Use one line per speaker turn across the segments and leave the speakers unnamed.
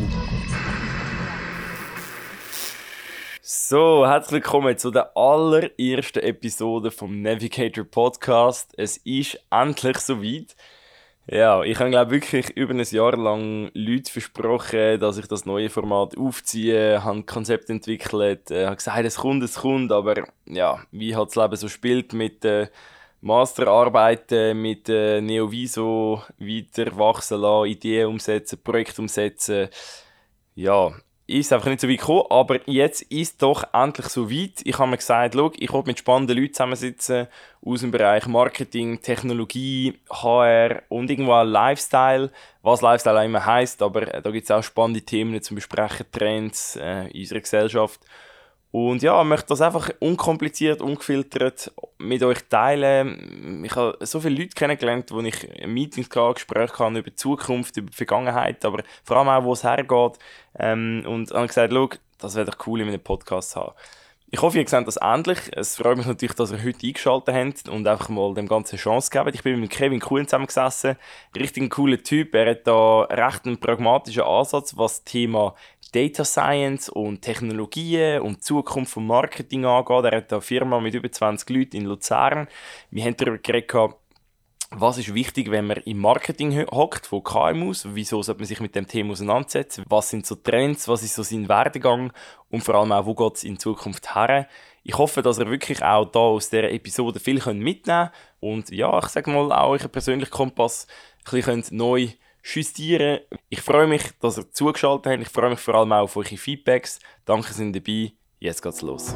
So, herzlich willkommen zu der allerersten Episode vom Navigator Podcast. Es ist endlich soweit. Ja, ich habe wirklich über ein Jahr lang Leuten versprochen, dass ich das neue Format aufziehe, habe ein Konzept entwickelt, habe gesagt, es kommt, aber ja, wie halt das Leben so spielt mit Masterarbeiten, mit Neoviso weiter wachsen lassen, Ideen umsetzen, Projekte umsetzen, ja, ist einfach nicht so weit gekommen, aber jetzt ist es doch endlich so weit. Ich habe mir gesagt, schau, ich will mit spannenden Leuten zusammensitzen aus dem Bereich Marketing, Technologie, HR und irgendwo auch Lifestyle, was Lifestyle auch immer heisst, aber da gibt es auch spannende Themen zum Besprechen, Trends in unserer Gesellschaft. Und ja, ich möchte das einfach unkompliziert, ungefiltert mit euch teilen. Ich habe so viele Leute kennengelernt, wo ich Meetings hatte, Gespräche hatte über die Zukunft, über die Vergangenheit, aber vor allem auch, wo es hergeht. Und habe gesagt, schau, das wäre doch cool, in einem Podcast zu haben. Ich hoffe, ihr seht das ähnlich. Es freut mich natürlich, dass ihr heute eingeschaltet habt und einfach mal dem Ganzen eine Chance gegeben. Ich bin mit Kevin Kuhn zusammengesessen. Richtig ein cooler Typ. Er hat da recht einen pragmatischen Ansatz, was das Thema Data Science und Technologien und die Zukunft vom Marketing angeht. Er hat da eine Firma mit über 20 Leuten in Luzern. Wir haben darüber geredet, was ist wichtig, wenn man im Marketing hockt von KMUs? Wieso sollte man sich mit dem Thema auseinandersetzen? Was sind so Trends? Was ist so sein Werdegang? Und vor allem auch, wo geht es in Zukunft her? Ich hoffe, dass ihr wirklich auch da aus dieser Episode viel mitnehmen könnt und ja, ich sage mal, auch euren persönlichen Kompass ein bisschen neu justieren. Ich freue mich, dass ihr zugeschaltet habt. Ich freue mich vor allem auch auf eure Feedbacks. Danke, sind dabei. Jetzt geht's los.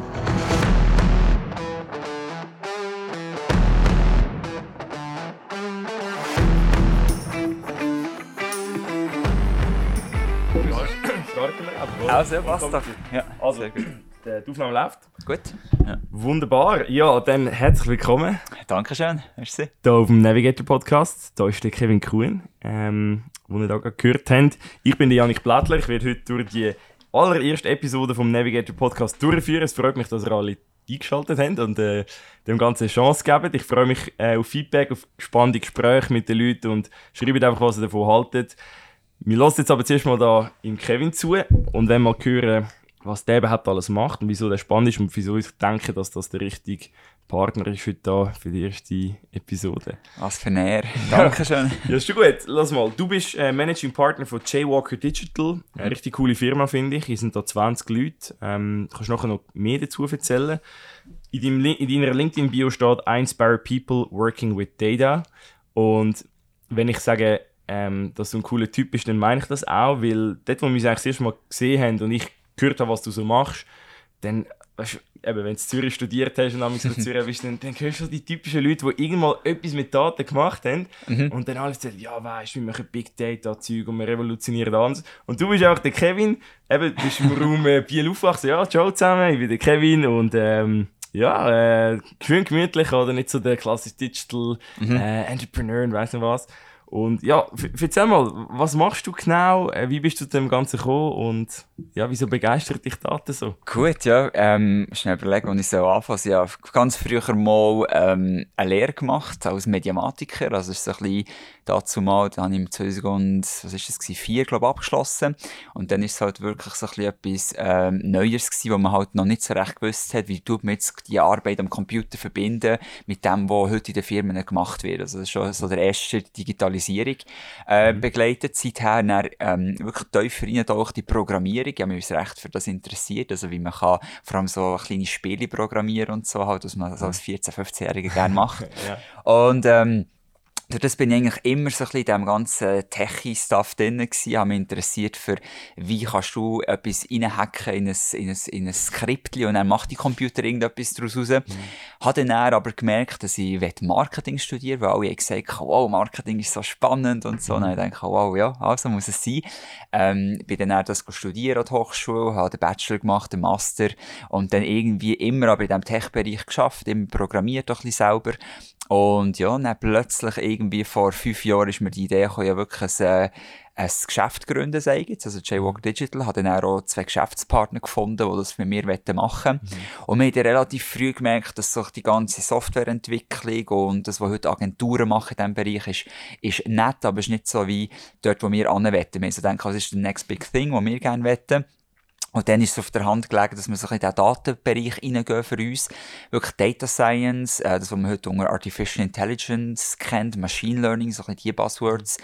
Also, passt doch. Ja,
also, die Aufnahme läuft.
Gut. Ja.
Wunderbar. Ja, dann herzlich willkommen.
Dankeschön. Merci.
Hier auf dem Navigator Podcast. Hier ist der Kevin Kuhn, den ihr da gerade gehört habt. Ich bin der Janik Blättler. Ich werde heute durch die allererste Episode vom Navigator Podcast durchführen. Es freut mich, dass ihr alle eingeschaltet habt und dem Ganzen eine Chance geben. Ich freue mich auf Feedback, auf spannende Gespräche mit den Leuten und schreibt einfach, was ihr davon haltet. Wir hören jetzt aber zuerst mal da im Kevin zu und wenn wir hören, was der überhaupt alles macht und wieso der spannend ist und wieso ich denke, dass das der richtige Partner ist heute da für die erste Episode.
Was für näher. Dankeschön.
Ja, ist schon gut. Lass mal. Du bist Managing Partner von Jaywalker Digital. Eine richtig coole Firma, finde ich. Hier sind da 20 Leute. Kannst du nachher noch mehr dazu erzählen? In deiner LinkedIn-Bio steht «Inspire people working with data». Und wenn ich sage, dass du ein cooler Typ bist, dann meine ich das auch, weil dort, wo wir uns eigentlich das erste Mal gesehen haben und ich gehört habe, was du so machst, dann, weißt du, eben, wenn du in Zürich studiert hast und damals in Zürich bist, dann hörst du die typischen Leute, die irgendwann etwas mit Daten gemacht haben und dann alles sagen, ja, weißt du, wir machen Big Data-Zeug und wir revolutionieren alles. Und du bist auch der Kevin, eben, du bist im Raum Biel aufgewachsen, ja, ciao zusammen, ich bin der Kevin und schön gemütlich, oder nicht so der klassische Digital Entrepreneur und weiss nicht was. Und ja, erzähl mal, was machst du genau? Wie bist du zu dem Ganzen gekommen? Und ja, wieso begeistert dich Daten so?
Gut, ja. Schnell überlegen, wo ich so anfange. Ich habe ganz früher mal eine Lehre gemacht als Mediamatiker. Also es ist so ein bisschen dazu mal, da habe ich im 2004, glaube ich, abgeschlossen. Und dann ist es halt wirklich so ein bisschen etwas Neues gewesen, wo man halt noch nicht so recht gewusst hat, wie tut man jetzt die Arbeit am Computer verbinden mit dem, was heute in den Firmen gemacht wird. Also das ist schon so der erste Digitalisierung begleitet. Seither dann wirklich tiefer reintaucht die Programmierung. Ich habe mich recht für das interessiert, also wie man kann vor allem so kleine Spiele programmieren und so, halt, was man so als 14-, 15-Jähriger gerne macht. Ja. Und durch das bin ich eigentlich immer so ein bisschen in diesem ganzen Techie-Stuff drin gewesen, habe mich interessiert für, wie kannst du etwas reinhacken in ein Skriptchen und dann macht die Computer irgendetwas daraus raus. Habe dann aber gemerkt, dass ich Marketing studieren will, weil alle gesagt haben, wow, Marketing ist so spannend und so. Und dann habe ich gedacht, wow, ja, also muss es sein. Bin dann das studieren an der Hochschule, habe den Bachelor gemacht, den Master und dann irgendwie immer aber in diesem Tech-Bereich geschafft, immer programmiert auch ein bisschen selber. Und ja, dann plötzlich irgendwie vor 5 Jahren ist mir die Idee gekommen, ja wirklich ein Geschäft gründen, sage ich jetzt, also Jaywalk Digital, habe dann auch 2 Geschäftspartner gefunden, die das mit mir machen wollen. Und wir haben relativ früh gemerkt, dass so die ganze Softwareentwicklung und das, was heute Agenturen machen in diesem Bereich, ist nett, aber ist nicht so wie dort, wo wir anwollen. Wir haben so gedacht, was ist der next big thing, was wir gerne wollen. Und dann ist es auf der Hand gelegen, dass wir so in den Datenbereich reingehen für uns. Wirklich Data Science, das, was man heute unter Artificial Intelligence kennt, Machine Learning, so ein bisschen die Buzzwords.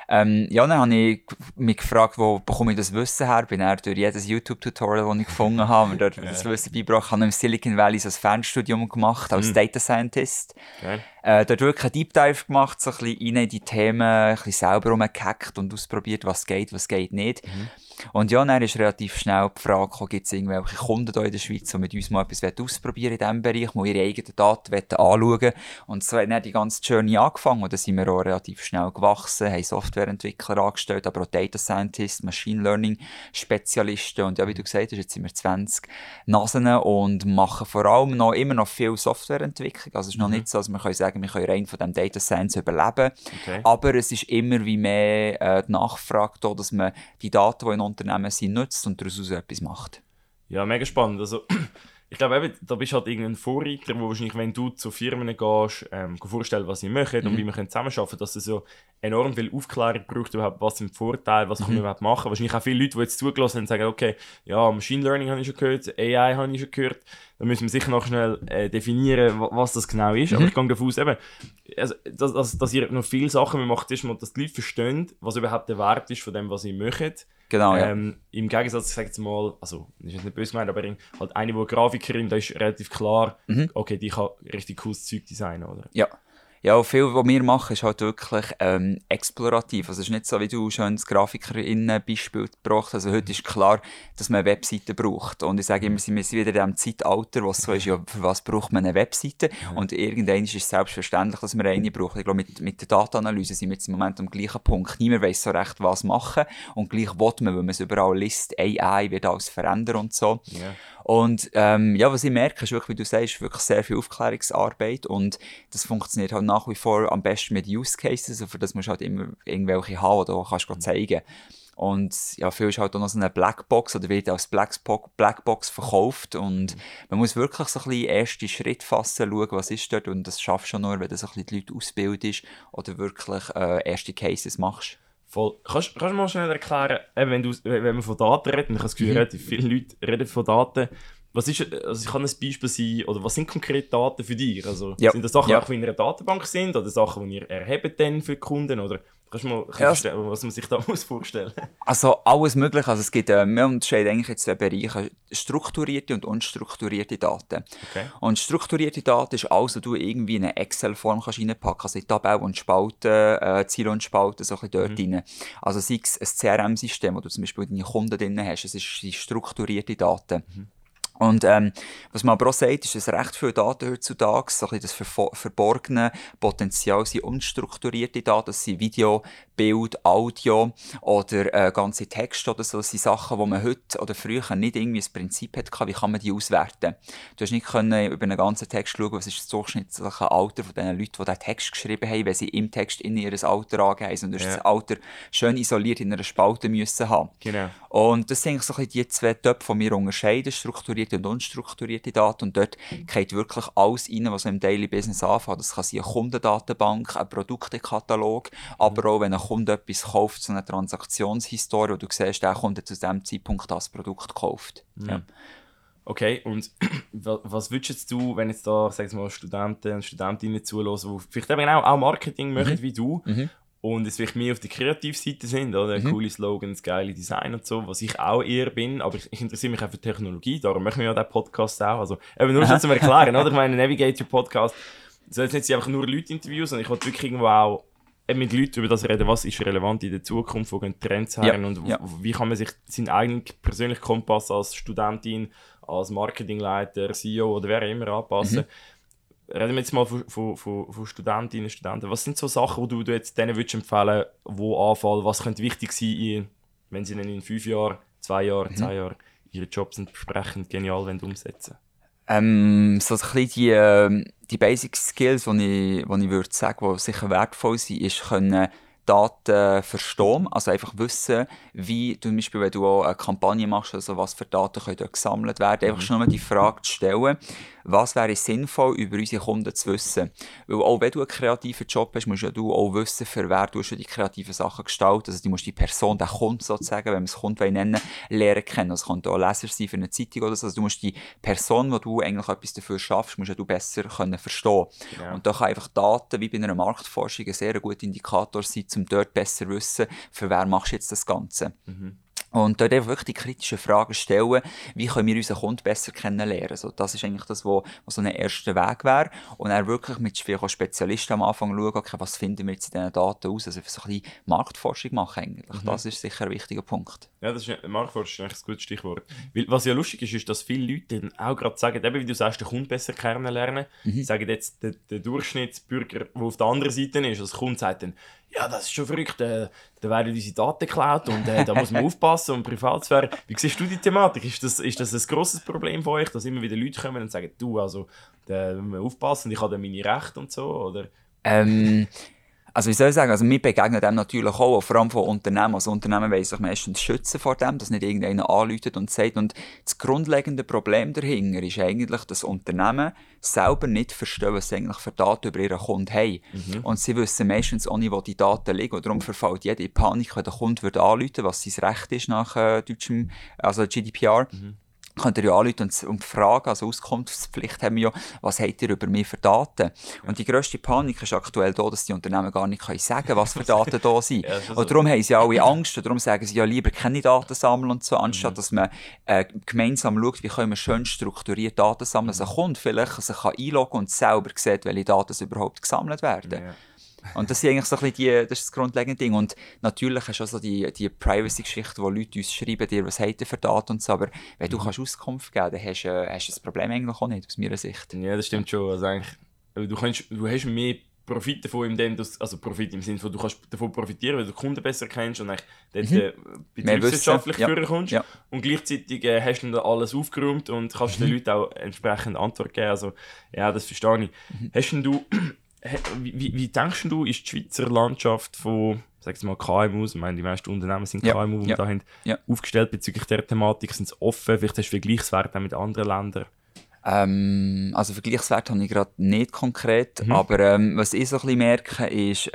Ja, dann habe ich mich gefragt, wo bekomme ich das Wissen her? Bin dann durch jedes YouTube-Tutorial, das ich gefunden habe, mir dort das Wissen beigebracht. Ich habe im Silicon Valley so ein Fernstudium gemacht als Data Scientist. Dort wirklich einen Deep Dive gemacht, so ein bisschen rein in die Themen, ein bisschen selber rumgehackt und ausprobiert, was geht nicht. Und ja, dann ist relativ schnell die Frage gekommen, gibt es irgendwelche Kunden hier in der Schweiz, die mit uns mal etwas ausprobieren in diesem Bereich, die ihre eigenen Daten anschauen wollen. Und so hat dann die ganze Journey angefangen und dann sind wir auch relativ schnell gewachsen, haben Softwareentwickler angestellt, aber auch Data Scientists, Machine Learning Spezialisten und ja, wie du gesagt hast, jetzt sind wir 20 Nasen und machen vor allem immer noch viel Softwareentwicklung. Also es ist noch nicht so, dass wir können sagen, wir können rein von dem Data Science überleben, aber es ist immer wie mehr die Nachfrage da, dass man die Daten, die in Unternehmen sind, nutzt und daraus etwas macht.
Ja, mega spannend. Also, ich glaube eben, da bist du halt irgendein Vorreiter, wo wahrscheinlich, wenn du zu Firmen gehst, vorstellen, was sie machen und wie wir zusammenarbeiten können, dass es so enorm viel Aufklärung braucht, überhaupt, was sind die Vorteile, was kann man überhaupt machen. Wahrscheinlich auch viele Leute, die jetzt zugelassen haben, sagen, okay, ja, Machine Learning habe ich schon gehört, AI habe ich schon gehört, dann müssen wir sicher noch schnell definieren, was das genau ist. Aber ich gehe davon aus, eben, also, dass ihr noch viele Sachen macht, ist, dass die Leute verstehen, was überhaupt der Wert ist von dem, was sie machen.
Genau, ja.
Im Gegensatz, ich sage jetzt mal, also, das ist jetzt nicht böse gemeint, aber halt eine, die Grafikerin, da ist relativ klar, okay, die kann richtig cooles Zeug designen, oder?
Ja. Ja, viel, was wir machen, ist halt wirklich explorativ. Also es ist nicht so, wie du schon das GrafikerInnen-Beispiel gebracht hast. Also heute ist klar, dass man eine Webseite braucht. Und ich sage immer, wir sind wieder in diesem Zeitalter, wo es so ist, ja, für was braucht man eine Webseite? Und irgendwann ist es selbstverständlich, dass man eine braucht. Ich glaube, mit der Datenanalyse sind wir jetzt im Moment am gleichen Punkt. Niemand weiss so recht, was machen. Und gleich will man, wenn man es überall liest, AI wird alles verändern und so.
Yeah.
Und ja, was ich merke, ist wirklich, wie du sagst, wirklich sehr viel Aufklärungsarbeit und das funktioniert halt nach wie vor am besten mit Use Cases, also für das musst du halt immer irgendwelche haben, die du kannst zeigen. Und ja, viel ist halt auch noch so eine Blackbox oder wird als Blackbox verkauft und man muss wirklich so ein bisschen erste Schritt fassen, schauen, was ist dort und das schaffst du schon nur, wenn du so ein bisschen die Leute ausbildest oder wirklich erste Cases machst.
Voll. Kannst du mal schnell erklären, wenn wir von Daten reden, ich habe das Gefühl, relativ viele Leute reden von Daten, was ist, also kann ein Beispiel sein, oder was sind konkrete Daten für dich? Also, sind das Sachen, die auch in einer Datenbank sind, oder Sachen, die ihr erhebt dann für die Kunden, oder kannst du mal vorstellen, was man sich da vorstellen muss?
Also alles mögliche, also es gibt, wir unterscheiden eigentlich jetzt zwei Bereiche, strukturierte und unstrukturierte Daten.
Okay.
Und strukturierte Daten ist alles, was du irgendwie in eine Excel-Form kannst reinpacken, also in Tabellen und Spalten, Ziele und Spalten, so ein bisschen dort rein. Also sei es ein CRM-System, wo du zum Beispiel deine Kunden drin hast, es sind strukturierte Daten. Und was man aber auch sagt, ist, dass recht viele Daten heutzutage, so ein bisschen das verborgene Potenzial sind unstrukturierte Daten, das sind Video, Bild, Audio oder ganze Texte oder so, das sind Sachen, die man heute oder früher nicht irgendwie das Prinzip hatte, wie kann man die auswerten. Du hast nicht können über einen ganzen Text schauen, was ist das durchschnittliche Alter von den Leuten, die diesen Text geschrieben haben, wenn sie im Text in ihr Alter angeben, sondern das Alter schön isoliert in einer Spalte müssen haben.
Genau.
Und das sind so ein bisschen die zwei Töpfe, die wir unterscheiden, strukturierte und unstrukturierte Daten. Und dort geht wirklich alles rein, was im Daily Business anfängt. Das kann sein eine Kundendatenbank, ein Produktekatalog, aber auch wenn ein Kunde etwas kauft, so eine Transaktionshistorie, wo du siehst, der Kunde zu diesem Zeitpunkt das Produkt gekauft. Ja.
Okay, und was würdest du, wenn jetzt da, sag ich mal, Studenten und Studentinnen zuhören, die vielleicht eben auch Marketing machen wie du, und es vielleicht mehr auf der Kreativseite sind, oder? Coole Slogans, geile Design und so, was ich auch eher bin, aber ich interessiere mich auch für Technologie, darum machen wir ja diesen Podcast auch. Also, eben nur schon zum Erklären, oder? Ich meine, Navigator Podcast soll jetzt nicht einfach nur Leute interviewen, sondern ich wollte wirklich irgendwo auch mit Leuten über das reden, was ist relevant in der Zukunft, wo gehen Trends her und wie kann man sich seinen eigenen persönlichen Kompass als Studentin, als Marketingleiter, CEO oder wer immer anpassen. Reden wir jetzt mal von Studentinnen und Studenten. Was sind so Sachen, die du jetzt denen würdest empfehlen, die anfallen? Was könnte wichtig sein, wenn sie dann in 5 Jahren, 2 Jahren, 10 Jahren ihre Jobs entsprechend genial umsetzen wollen?
So ein bisschen die Basic Skills, die ich würde sagen, die sicher wertvoll sind, ist können Daten verstehen, also einfach wissen, wie zum Beispiel, wenn du auch eine Kampagne machst, also was für Daten können dort gesammelt werden, einfach schon mal die Frage zu stellen, was wäre sinnvoll über unsere Kunden zu wissen. Weil auch wenn du einen kreativen Job hast, musst du auch wissen, für wer du schon die kreativen Sachen gestalten. Also du musst die Person, den Kunden sozusagen, wenn wir es Kunden nennen, lernen kennen. Das könnte auch Leser sein für eine Zeitung oder so. Also du musst die Person, wo du eigentlich etwas dafür schaffst, musst du besser können verstehen. Ja. Und da kann einfach Daten, wie bei einer Marktforschung, ein sehr guter Indikator sein, um dort besser zu wissen, für wer machst du jetzt das Ganze. Und dort einfach wirklich die kritischen Fragen stellen, wie können wir unseren Kunden besser kennenlernen. Also das ist eigentlich das, was so ein erster Weg wäre. Und dann wirklich mit vielleicht auch Spezialisten am Anfang schauen, okay, was finden wir jetzt in diesen Daten aus. Also so ein bisschen Marktforschung machen eigentlich. Das ist sicher ein wichtiger Punkt.
Ja, das ist, Marktforschung ist eigentlich ein gutes Stichwort. Weil, was ja lustig ist, dass viele Leute dann auch gerade sagen, eben wie du sagst, den Kunden besser kennenlernen. Sagen jetzt, der Durchschnittsbürger, der auf der anderen Seite ist, also der Kunde sagt dann, ja, das ist schon verrückt, da werden unsere Daten geklaut und da muss man aufpassen und Privatsphäre. Wie siehst du die Thematik? Ist das ein grosses Problem von euch, dass immer wieder Leute kommen und sagen, du, also, da müssen wir aufpassen, ich habe da meine Rechte und so, oder?
Also wie soll ich sagen, also wir begegnen dem natürlich auch, vor allem von Unternehmen. Also Unternehmen wollen sich meistens schützen vor dem, dass nicht irgendeiner anruft und sagt. Und das grundlegende Problem dahinter ist eigentlich, dass Unternehmen selber nicht verstehen, was sie eigentlich für Daten über ihren Kunden haben. Und sie wissen meistens auch nicht, wo die Daten liegen. Und darum verfällt jeder in Panik, wenn der Kunde anrufen, was sein Recht ist nach deutschem, also GDPR. Könnt ihr ja anrufen und fragen, also Auskunftspflicht haben wir ja, was habt ihr über mich für Daten? Und die grösste Panik ist aktuell da, dass die Unternehmen gar nicht sagen können, was für Daten da sind. Und darum haben sie alle Angst und darum sagen sie ja lieber keine Daten sammeln und so, anstatt dass man gemeinsam schaut, wie können wir schön strukturiert Daten sammeln, dass ein Kunde vielleicht sich einloggen kann und selber sieht, welche Daten überhaupt gesammelt werden. Ja. Und das ist eigentlich so ein bisschen das ist das grundlegende Ding. Und natürlich hast du auch so die Privacy-Geschichte, wo Leute uns schreiben, dir, was habt ihr für Daten und so. Aber wenn du kannst Auskunft geben kannst, dann hast du das Problem eigentlich auch nicht, aus meiner Sicht.
Ja, das stimmt schon. Also eigentlich, du hast mehr Profit davon, also Profit im Sinne von, du kannst davon profitieren, weil du den Kunden besser kennst und dort betriebswirtschaftlich führen kannst. Ja. Und gleichzeitig hast du dann alles aufgeräumt und kannst den Leuten auch entsprechend Antwort geben. Also ja, das verstehe ich. Hast du Wie denkst du, ist die Schweizer Landschaft von, sag's mal, KMUs, ich meine, die meisten Unternehmen sind KMU, die wir da haben, aufgestellt bezüglich der Thematik? Sind es offen? Vielleicht hast du Vergleichswerte auch mit anderen Ländern?
Also Vergleichswerte habe ich gerade nicht konkret, aber was ich so ein bisschen merke, ist,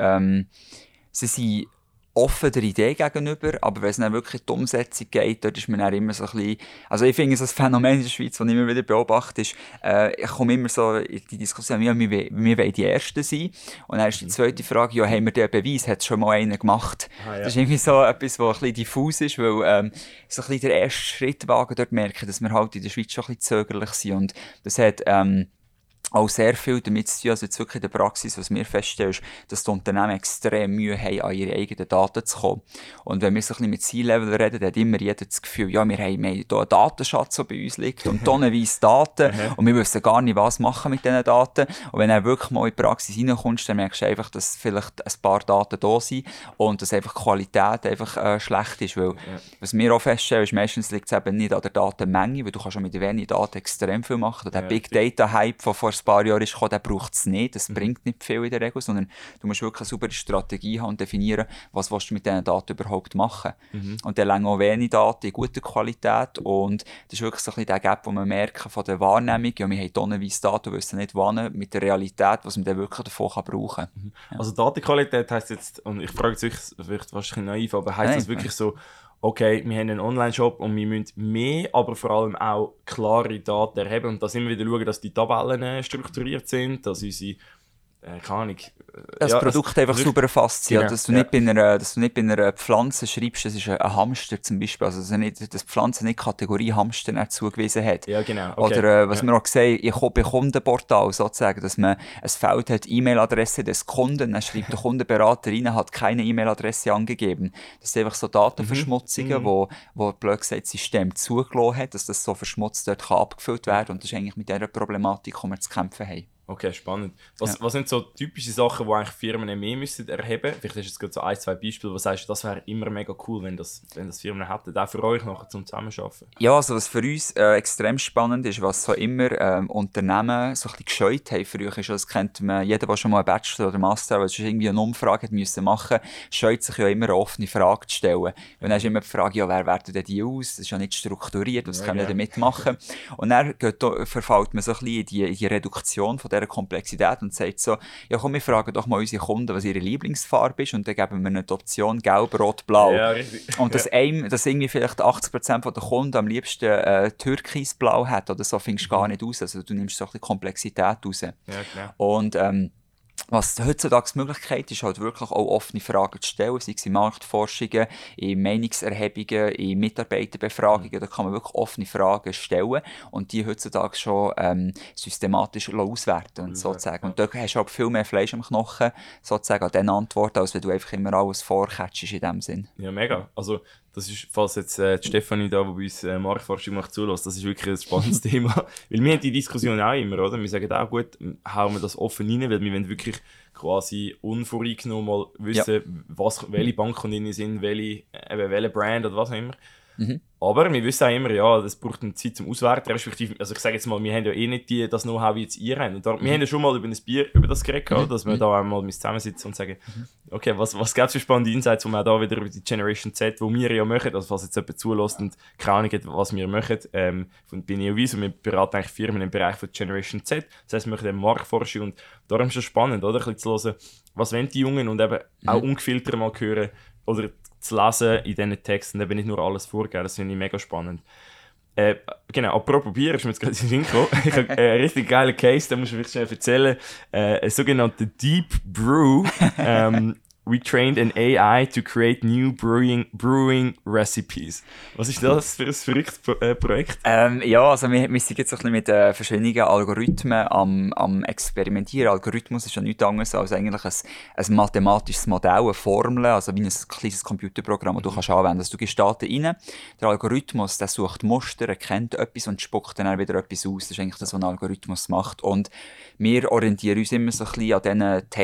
sie sind offen der Idee gegenüber, aber wenn es dann wirklich in die Umsetzung geht, dort ist man dann immer so ein bisschen, also ich finde, so ein Phänomen in der Schweiz, das ich immer wieder beobachte, ist, ich komme immer so in die Diskussion, wir wollen die Ersten sein, und dann ist die zweite Frage, ja, haben wir den Beweis, hat es schon mal einer gemacht? Das ist irgendwie so etwas, was ein bisschen diffus ist, weil so ein bisschen der erste Schritt wagen, dort merken, dass wir halt in der Schweiz schon ein bisschen zögerlich sind, und das hat auch sehr viel damit zu tun, also jetzt wirklich in der Praxis, was wir feststellen, ist, dass die Unternehmen extrem Mühe haben, an ihre eigenen Daten zu kommen. Und wenn wir so ein bisschen mit C-Level reden, dann hat immer jeder das Gefühl, ja, wir haben hier einen Datenschatz, der bei uns liegt, und tonnenweise Daten, und wir wissen gar nicht, was machen mit diesen Daten. Und wenn du wirklich mal in die Praxis reinkommst, dann merkst du einfach, dass vielleicht ein paar Daten da sind und dass einfach die Qualität einfach schlecht ist. Weil, was wir auch feststellen, ist, meistens liegt es eben nicht an der Datenmenge, weil du kannst schon mit wenigen Daten extrem viel machen. Der Big Data-Hype von vor ein paar Jahren ist gekommen, den braucht es nicht. Das bringt nicht viel in der Regel, sondern du musst wirklich eine saubere Strategie haben und definieren, was willst du mit diesen Daten überhaupt machen. Und dann länger auch wenig Daten in guter Qualität, und das ist wirklich so ein bisschen der Gap, wo man merkt von der Wahrnehmung, ja, wir haben tonnenweise Daten, wir wissen nicht wann, mit der Realität, was man dann wirklich davon brauchen kann.
Ja. Also Datenqualität heisst jetzt, und ich frage jetzt vielleicht wahrscheinlich naiv, aber heisst das wirklich so, okay, wir haben einen Online-Shop und wir müssen mehr, aber vor allem auch klare Daten erheben und da immer wieder schauen, dass die Tabellen strukturiert sind, dass unsere, keine Ahnung...
Das Produkt einfach sauber erfasst, genau, dass du nicht bei einer Pflanze schreibst, das ist ein Hamster zum Beispiel, also dass die Pflanze nicht Kategorie Hamster nicht zugewiesen hat.
Ja, genau.
Okay. Oder was wir auch sehen, bei Kundenportal sozusagen, dass man ein Feld hat, E-Mail-Adresse des Kunden, dann schreibt der Kundenberater rein, hat keine E-Mail-Adresse angegeben. Das sind einfach so Datenverschmutzungen, wo blöd gesagt das System zugelassen hat, dass das so verschmutzt dort abgefüllt werden kann, und das ist eigentlich mit dieser Problematik, die wir zu kämpfen haben.
Okay, spannend. Was sind so typische Sachen, die eigentlich Firmen mehr müssen erheben müssen? Vielleicht hast du jetzt gerade so 1-2 Beispiele, wo du sagst, das wäre immer mega cool, wenn das Firmen hätten, auch für euch nachher zum Zusammenarbeiten.
Ja, also was für uns extrem spannend ist, was so immer Unternehmen so ein bisschen gescheut haben. Früher ist das kennt man, jeder, der schon mal einen Bachelor oder Master, aber irgendwie eine Umfrage müssen machen, scheut sich ja immer eine offene Frage zu stellen. Und dann hast du immer die Frage, ja, wer wertet denn die aus? Das ist ja nicht strukturiert, was können wir damit machen? Und dann verfällt man so ein bisschen in die Reduktion von dieser Komplexität und sagt so, ja komm, wir fragen doch mal unsere Kunden, was ihre Lieblingsfarbe ist und dann geben wir ihnen die Option Gelb, Rot, Blau.
Ja, richtig.
Und dass irgendwie vielleicht 80% der Kunden am liebsten Türkisblau hat oder so, findest du gar nicht aus. Also du nimmst so ein bisschen Komplexität raus.
Ja, genau.
Und was heutzutage die Möglichkeit ist, halt wirklich auch offene Fragen zu stellen, sei es in Marktforschungen, in Meinungserhebungen, in Mitarbeiterbefragungen, da kann man wirklich offene Fragen stellen und die heutzutage schon systematisch auswerten und sozusagen. Und da hast du halt viel mehr Fleisch am Knochen, sozusagen an diesen Antworten, als wenn du einfach immer alles vorcatchst in dem Sinn.
Ja, mega. Also das ist, falls jetzt die Stefanie da, die bei uns Marktforschung macht, zulässt, das ist wirklich ein spannendes Thema. Weil wir haben die Diskussion auch immer, oder? Wir sagen auch, gut, hauen wir das offen rein, weil wir wollen wirklich quasi unvoreingenommen mal wissen, welche Bankkunden sind, welche Brand oder was auch immer. Mhm. Aber wir wissen auch immer, ja, das braucht eine Zeit zum Auswerten, respektive, also ich sage jetzt mal, wir haben ja eh nicht das Know-how, wie jetzt ihr habt. Und wir haben ja schon mal über ein Bier, über das geredet, dass wir da einmal zusammensitzen und sagen, okay, was gibt es für spannende Insights, wo wir auch da wieder über die Generation Z, wo wir ja machen, also falls jetzt jemand zulässt und keine Ahnung hat, was wir machen, von Neovis, und wir beraten eigentlich Firmen im Bereich von Generation Z, das heisst, wir machen Marktforschung und darum ist es spannend, oder, ein bisschen zu hören, was wollen die Jungen und eben auch ungefiltert mal hören, oder zu lesen in diesen Texten, eben nicht nur alles vorgeben, das finde ich mega spannend. Genau, apropos Bier, ist mir jetzt gerade in den Sinn gekommen. Ich habe einen richtig geilen Case, den muss ich wirklich schnell erzählen. Ein sogenannter Deep Brew. We trained an AI to create new brewing recipes. Was ist das für ein verrücktes Projekt?
Ja, also wir sind jetzt ein bisschen mit verschiedenen Algorithmen am Experimentieren. Algorithmus ist ja nichts anderes als eigentlich ein mathematisches Modell, eine Formel, also wie ein kleines Computerprogramm, das du kannst anwenden. Also du gibst Daten rein, der Algorithmus der sucht Muster, erkennt etwas und spuckt dann wieder etwas aus. Das ist eigentlich das, was ein Algorithmus macht. Und wir orientieren uns immer so ein bisschen an diesen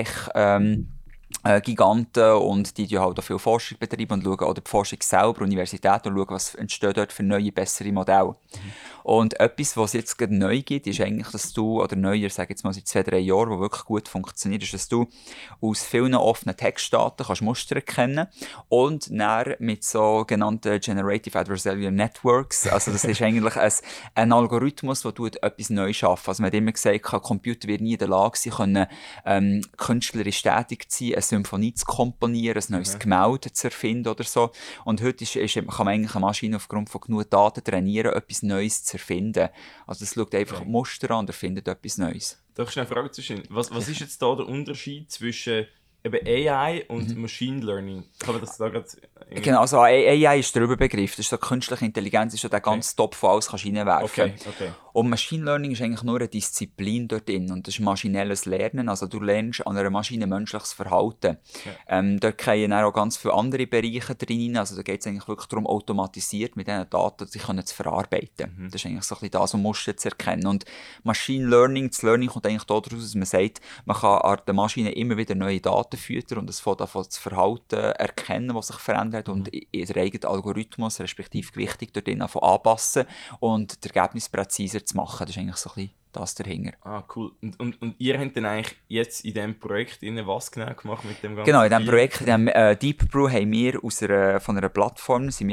Giganten und die halt auch viel Forschung betreiben und schauen, oder die Forschung selber, Universitäten, und schauen, was entsteht dort für neue, bessere Modelle. Und etwas, was es jetzt gerade neu gibt, ist eigentlich, dass du, oder neuer, sage jetzt mal seit 2-3 Jahren, wo wirklich gut funktioniert, ist, dass du aus vielen offenen Textdaten kannst Muster erkennen und dann mit sogenannten Generative Adversarial Networks, also das ist eigentlich ein Algorithmus, der etwas neu schafft. Also man hat immer gesagt, ein Computer wird nie in der Lage sein, künstlerisch tätig zu sein, eine Symphonie zu komponieren, ein neues Gemälde zu erfinden oder so. Und heute kann man eigentlich eine Maschine aufgrund von genug Daten trainieren, etwas Neues zu erfinden. Also es schaut einfach Muster an und erfindet etwas Neues.
Darf ich schnell eine Frage zwischen? Was ist jetzt da der Unterschied zwischen eben AI und Machine Learning? Kann man das da gerade...
Genau, also AI ist der Überbegriff. Das ist so künstliche Intelligenz, ist so der ganze Topf, von alles kannst du reinwerfen.
Okay.
Und Machine Learning ist eigentlich nur eine Disziplin dort drin. Und das ist maschinelles Lernen. Also du lernst an einer Maschine menschliches Verhalten. Ja. Dort gehen auch ganz viele andere Bereiche drin. Also da geht es eigentlich wirklich darum, automatisiert mit diesen Daten sie zu verarbeiten. Das ist eigentlich so ein bisschen das, was Muster zu erkennen. Und Machine Learning, das Learning kommt eigentlich daraus, dass man sagt, man kann an der Maschine immer wieder neue Daten füttern und es von das Verhalten erkennen, das sich verändert und den eigenen Algorithmus, respektive Gewichtung dort drin anpassen und das Ergebnis präziser zu machen. Das ist eigentlich so ein bisschen das dahinter.
Ah, cool. Und ihr habt dann eigentlich jetzt in diesem Projekt was genau gemacht mit dem ganzen
Genau, in diesem Projekt, in diesem Deep Brew, haben wir von einer Plattform, sind wir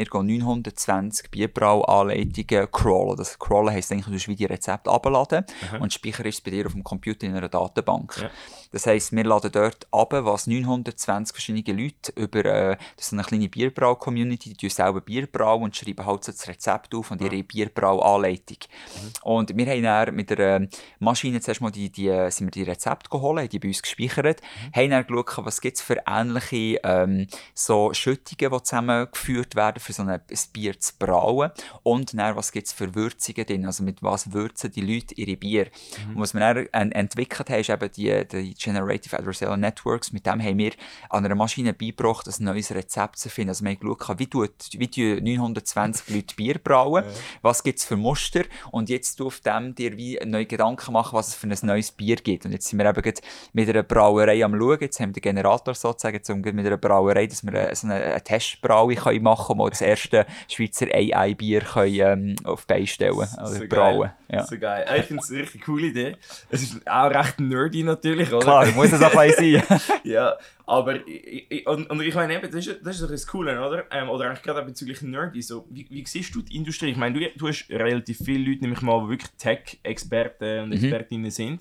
920 Bierbrauanleitungen crawlen. Das Crawlen heisst eigentlich, du musst wie die Rezepte abladen und speicherst es bei dir auf dem Computer in einer Datenbank. Ja. Das heisst, wir laden dort ab, was 920 verschiedene Leute über das ist eine kleine Bierbrau-Community, die selber Bier brauen und schreiben halt so das Rezept auf und ihre Bierbrauanleitung. Und wir haben dann mit der Maschine zuerst mal sind wir die Rezepte geholt, haben die bei uns gespeichert, haben dann geschaut, was gibt es für ähnliche so Schüttungen, die zusammengeführt werden, für so ein Bier zu brauen und dann, was gibt es für Würzungen drin, also mit was würzen die Leute ihre Bier. Und was wir dann entwickelt haben, ist eben die Generative Adversarial Networks, mit dem haben wir an einer Maschine beigebracht, ein neues Rezept zu finden. Also wir haben geschaut, wie 920 Leute Bier brauen, was gibt es für Muster und jetzt du auf dem dir wie neue Gedanken machen, was es für ein neues Bier gibt. Und jetzt sind wir eben gerade mit einer Brauerei am Schauen, jetzt haben wir den Generator sozusagen, um mit einer Brauerei, dass wir so eine Testbraue können machen und mal das erste Schweizer AI-Bier auf die Beine stellen oder
so
brauen.
Ja. So geil. Ich finde es eine richtig coole Idee. Es ist auch recht nerdy natürlich, oder?
Klar, muss es auch sein.
Ja, aber und ich meine eben, das ist doch das Coole, oder? Oder eigentlich gerade auch bezüglich Nerdy. So, wie siehst du die Industrie? Ich meine, du hast relativ viele Leute, nämlich mal, die wirklich Tech-Experten und Expertinnen sind.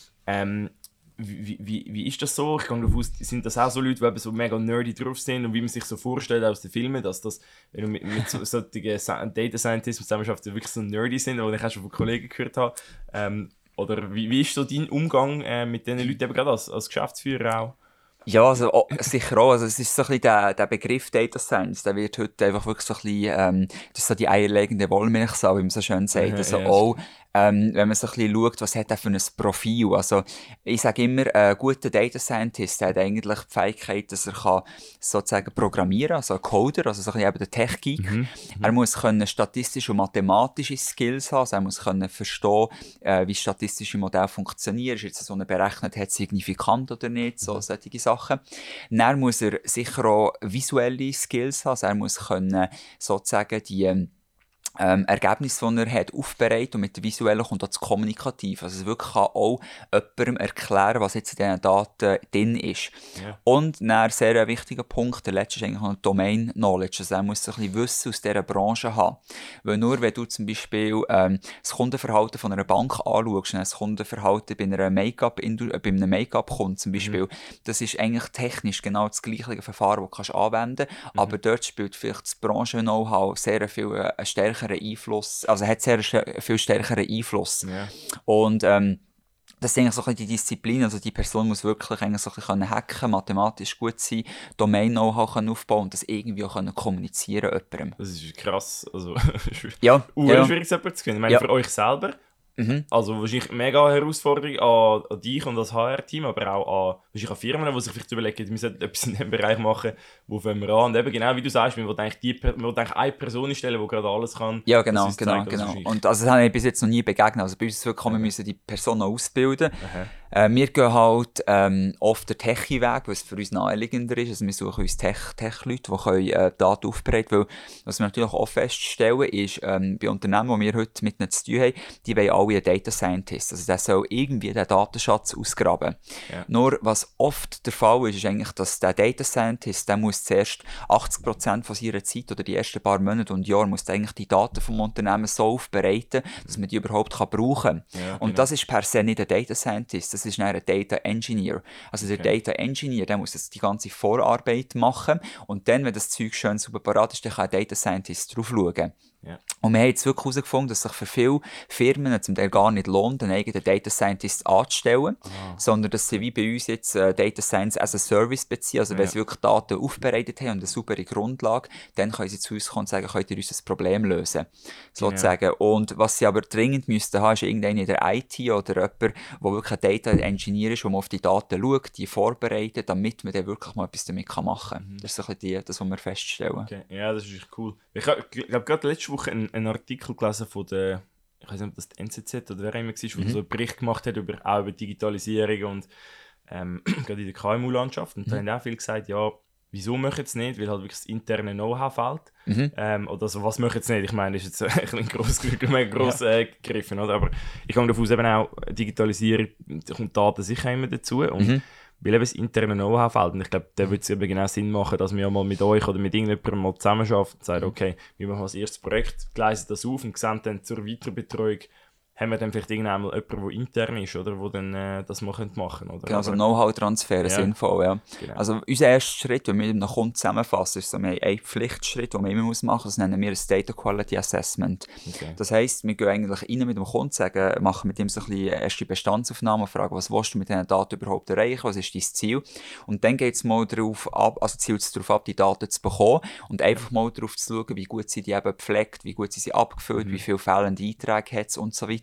Wie ist das so? Ich gehe davon aus, sind das auch so Leute, die eben so mega nerdy drauf sind und wie man sich so vorstellt aus den Filmen, dass das, wenn du mit solchen Data Scientists zusammenarbeitest, die wirklich so nerdy sind, oder ich auch schon von Kollegen gehört habe. Oder wie ist so dein Umgang mit diesen Leuten eben gerade als Geschäftsführer auch?
Ja, also sicher auch. Also es ist so ein bisschen der Begriff Data Science, der wird heute einfach wirklich so ein bisschen, das ist so die eierlegende Wollmilchsau, wie man so schön sagt. Also auch, wenn man so ein bisschen schaut, was hat er für ein Profil. Also ich sage immer, ein guter Data Scientist, der hat eigentlich die Fähigkeit, dass er kann sozusagen programmieren, also ein Coder, also so ein bisschen eben der Tech-Geek. Er muss können statistische und mathematische Skills haben, also er muss können verstehen, wie statistische Modelle funktionieren. Ist jetzt so eine berechnet, hat signifikant oder nicht, so solche Sachen. Dann muss er sicher auch visuelle Skills haben, also er muss können sozusagen die Ergebnisse, die er hat, aufbereiten und mit der visuellen kommt auch das Kommunikativ. Also es wirklich kann auch jemandem erklären, was jetzt in diesen Daten drin ist. Ja. Und ein sehr wichtiger Punkt, der letzte ist eigentlich noch Domain Knowledge. Also er muss ein bisschen Wissen aus dieser Branche haben. Weil nur wenn du zum Beispiel das Kundenverhalten von einer Bank anschaust, das Kundenverhalten bei einem Make-up-Kunden zum Beispiel, das ist eigentlich technisch genau das gleiche Verfahren, das du anwenden kannst. Aber dort spielt vielleicht das Branchen-Know-how sehr viel stärkeren Einfluss, also hat sehr viel stärkeren Einfluss. Yeah. Und das ist eigentlich so ein bisschen die Disziplin, also die Person muss wirklich eigentlich so ein bisschen hacken, mathematisch gut sein, Domain-Know-how aufbauen und das irgendwie auch kommunizieren jemandem.
Das ist krass, also
ja,
schwierig, jemanden zu finden. Ich meine, für euch selber, also wahrscheinlich mega Herausforderung an dich und das HR-Team, aber auch an Firmen, die sich vielleicht überlegen, wir sollten etwas in diesem Bereich machen, wo fangen wir an. Und eben genau wie du sagst, wir wollen eigentlich eine Person stellen, die gerade alles kann.
Ja, genau. Und also das habe ich bis jetzt noch nie begegnet. Also bei uns ist es wirklich, wir müssen die Person ausbilden. Wir gehen halt oft den Techie-Weg, was für uns naheliegender ist. Also wir suchen uns Tech-Leute, die Daten aufbereiten können. Weil was wir natürlich auch feststellen, ist, bei Unternehmen, die wir heute mit ihnen zu tun haben, die wollen alle einen Data Scientist. Also der soll irgendwie den Datenschatz ausgraben. Ja. Nur was oft der Fall ist eigentlich, dass der Data Scientist, der muss zuerst 80% von seiner Zeit oder die ersten paar Monate und Jahre muss eigentlich die Daten vom Unternehmen so aufbereiten, dass man die überhaupt brauchen kann. Ja, und das ist per se nicht ein Data Scientist, das ist ein Data Engineer. Also der Data Engineer, der muss jetzt die ganze Vorarbeit machen und dann, wenn das Zeug schön super parat ist, dann kann ein Data Scientist drauf schauen. Ja. Und wir haben jetzt wirklich herausgefunden, dass sich für viele Firmen zum Teil gar nicht lohnt, einen eigenen Data Scientist anzustellen, sondern dass sie wie bei uns jetzt Data Science as a Service beziehen. Also wenn sie wirklich Daten aufbereitet haben und eine saubere Grundlage, dann können sie zu uns kommen und sagen, könnt ihr uns das Problem lösen. Sozusagen. Ja. Und was sie aber dringend müssten haben, ist irgendeiner in der IT oder jemand, der wirklich ein Data Engineer ist, der auf die Daten schaut, die vorbereitet, damit man dann wirklich mal etwas damit machen kann. Das ist so ein bisschen das, was wir feststellen.
Okay. Ja, das ist wirklich cool. Ich glaube, gerade letzte Woche einen Artikel gelesen von der, ich weiß nicht, ob das die NZZ oder wer immer war, wo so einen Bericht gemacht hat auch über Digitalisierung und gerade in der KMU-Landschaft. Und da haben auch viele gesagt, ja, wieso machen sie es nicht? Weil halt wirklich das interne Know-how fehlt. Oder also, was machen sie nicht? Ich meine, das ist jetzt ein gross gegriffen, oder? Aber ich gehe davon aus, eben auch Digitalisierung, da kommt Daten sicher immer dazu. Und weil eben das interne Know-how fehlt. Und ich glaube, da würde es eben genau Sinn machen, dass wir mal mit euch oder mit irgendjemandem mal zusammenarbeiten und sagen, okay, wir machen als erstes Projekt, gleisen das auf und sehen dann zur Weiterbetreuung, haben wir dann vielleicht irgendwann mal jemanden, der intern ist, oder, der dann das machen könnte. Oder?
Genau, also Know-how-Transfer, sinnvoll, ja. Genau. Also unser erster Schritt, wenn wir mit einem Kunden zusammenfassen, ist so ein Pflichtschritt, den man immer machen muss. Das nennen wir ein Data Quality Assessment. Okay. Das heisst, wir gehen eigentlich rein mit dem Kunden, sagen, machen mit ihm so ein bisschen erste Bestandsaufnahme, fragen, was willst du mit diesen Daten überhaupt erreichen, was ist dein Ziel? Und dann geht es mal darauf ab, also zielt es darauf ab, die Daten zu bekommen und einfach mal darauf zu schauen, wie gut sie die eben gepflegt, wie gut sie abgefüllt, wie viele fehlende Einträge hat es und so weiter.